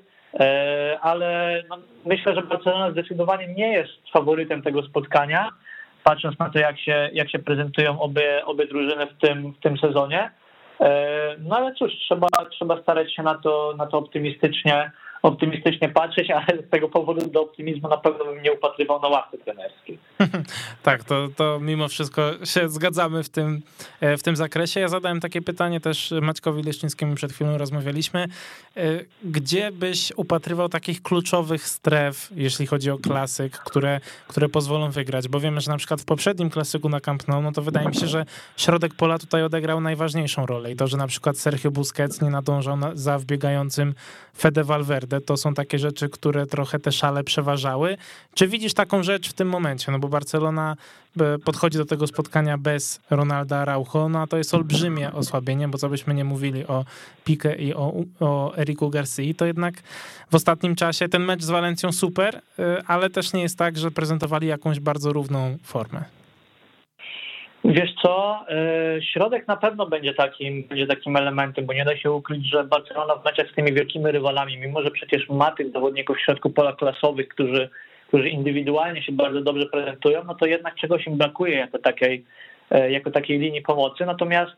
ale no myślę, że Barcelona zdecydowanie nie jest faworytem tego spotkania, patrząc na to, jak się, jak się prezentują obie, obie drużyny w tym, w tym sezonie. No ale cóż, trzeba, trzeba starać się na to, na to optymistycznie, optymistycznie patrzeć, ale z tego powodu do optymizmu na pewno bym nie upatrywał na ławce trenerskiej. Tak, to, to mimo wszystko się zgadzamy w tym, w tym zakresie. Ja zadałem takie pytanie też Maćkowi Leszczyńskiemu, przed chwilą rozmawialiśmy. Gdzie byś upatrywał takich kluczowych stref, jeśli chodzi o klasyk, które, które pozwolą wygrać? Bo wiemy, że na przykład w poprzednim klasyku na Camp Nou, no to wydaje mi się, że środek pola tutaj odegrał najważniejszą rolę i to, że na przykład Sergio Busquets nie nadążał na, za wbiegającym Fede Valverde, to są takie rzeczy, które trochę te szale przeważały. Czy widzisz taką rzecz w tym momencie? No bo Barcelona podchodzi do tego spotkania bez Ronalda Araujo, no a to jest olbrzymie osłabienie, bo co byśmy nie mówili o Piqué i o, o Eriku Garcii, to jednak w ostatnim czasie ten mecz z Walencją super, ale też nie jest tak, że prezentowali jakąś bardzo równą formę. Wiesz co, środek na pewno będzie takim, będzie takim elementem, bo nie da się ukryć, że Barcelona w meczach z tymi wielkimi rywalami, mimo że przecież ma tych zawodników w środku pola klasowych, którzy, którzy indywidualnie się bardzo dobrze prezentują, no to jednak czegoś im brakuje jako takiej, jako takiej linii pomocy. Natomiast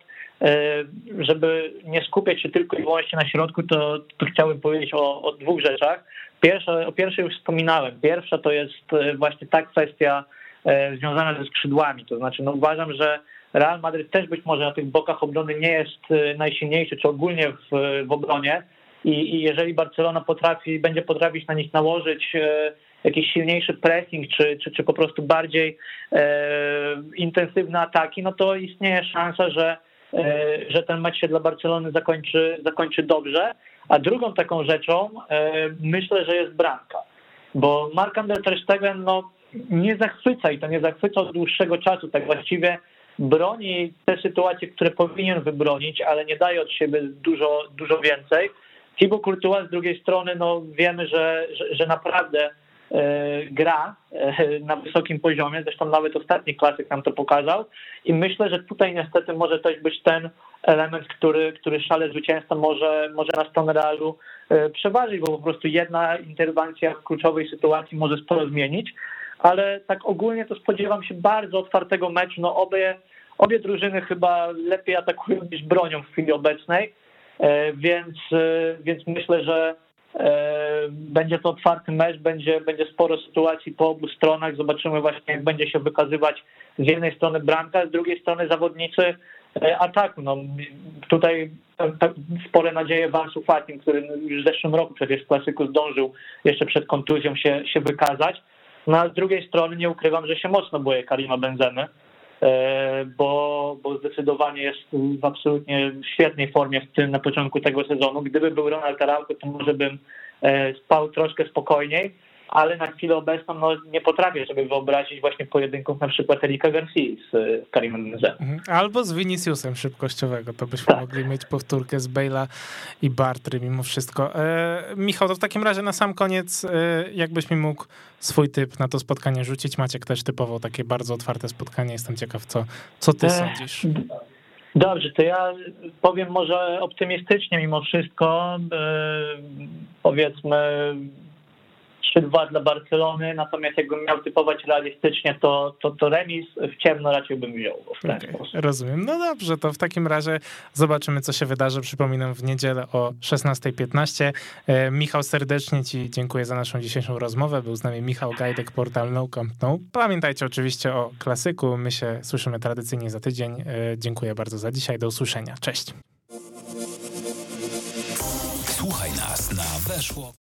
żeby nie skupiać się tylko i wyłącznie na środku, to, to chciałbym powiedzieć o, o dwóch rzeczach. Pierwsza, o pierwszej już wspominałem. Pierwsza to jest właśnie ta kwestia związana ze skrzydłami, to znaczy no uważam, że Real Madryt też być może na tych bokach obrony nie jest najsilniejszy, czy ogólnie w, w obronie i, i jeżeli Barcelona potrafi, będzie potrafić na nich nałożyć e, jakiś silniejszy pressing, czy, czy, czy po prostu bardziej e, intensywne ataki, no to istnieje szansa, że, e, że ten mecz się dla Barcelony zakończy, zakończy dobrze, a drugą taką rzeczą e, myślę, że jest bramka, bo Marc-André ter Stegen no nie zachwyca i to nie zachwyca od dłuższego czasu, tak właściwie broni te sytuacje, które powinien wybronić, ale nie daje od siebie dużo, dużo więcej. Thibaut Courtois z drugiej strony, no wiemy, że, że, że naprawdę e, gra e, na wysokim poziomie, zresztą nawet ostatni klasyk nam to pokazał i myślę, że tutaj niestety może też być ten element, który, który szale zwycięstwa może, może na stronę Realu e, przeważyć, bo po prostu jedna interwencja w kluczowej sytuacji może sporo zmienić. Ale tak ogólnie to spodziewam się bardzo otwartego meczu. No obie, obie drużyny chyba lepiej atakują niż bronią w chwili obecnej, więc, więc myślę, że będzie to otwarty mecz, będzie, będzie sporo sytuacji po obu stronach. Zobaczymy właśnie, jak będzie się wykazywać z jednej strony bramka, z drugiej strony zawodnicy A tak, no tutaj spore nadzieje w Ansu Fatim, który już w zeszłym roku przecież w klasyku zdążył jeszcze przed kontuzją się, się wykazać. No a z drugiej strony nie ukrywam, że się mocno boję Karima Benzemy, bo, bo zdecydowanie jest w absolutnie świetnej formie w tym na początku tego sezonu. Gdyby był Ronald Araujo, to może bym spał troszkę spokojniej, ale na chwilę obecną no, nie potrafię sobie wyobrazić właśnie pojedynków na przykład Erika Garcia z Karimem Benzemą. Albo z Viniciusem szybkościowego, to byśmy tak. mogli mieć powtórkę z Bale'a i Bartry mimo wszystko. E, Michał, to w takim razie na sam koniec, e, jakbyś mi mógł swój typ na to spotkanie rzucić? Maciek też typował takie bardzo otwarte spotkanie, jestem ciekaw, co, co ty e... sądzisz? Dobrze, to ja powiem może optymistycznie mimo wszystko, e, powiedzmy trzy dwa dla Barcelony, natomiast jakbym miał typować realistycznie, to, to, to remis w ciemno raczej bym wziął. W ten okay, sposób. Rozumiem. No dobrze, to w takim razie zobaczymy, co się wydarzy. Przypominam, w niedzielę o szesnasta piętnaście. E, Michał, serdecznie ci dziękuję za naszą dzisiejszą rozmowę. Był z nami Michał Gajdek, portal No Camp No. Pamiętajcie oczywiście o klasyku. My się słyszymy tradycyjnie za tydzień. E, dziękuję bardzo za dzisiaj. Do usłyszenia. Cześć. Słuchaj nas na weszło.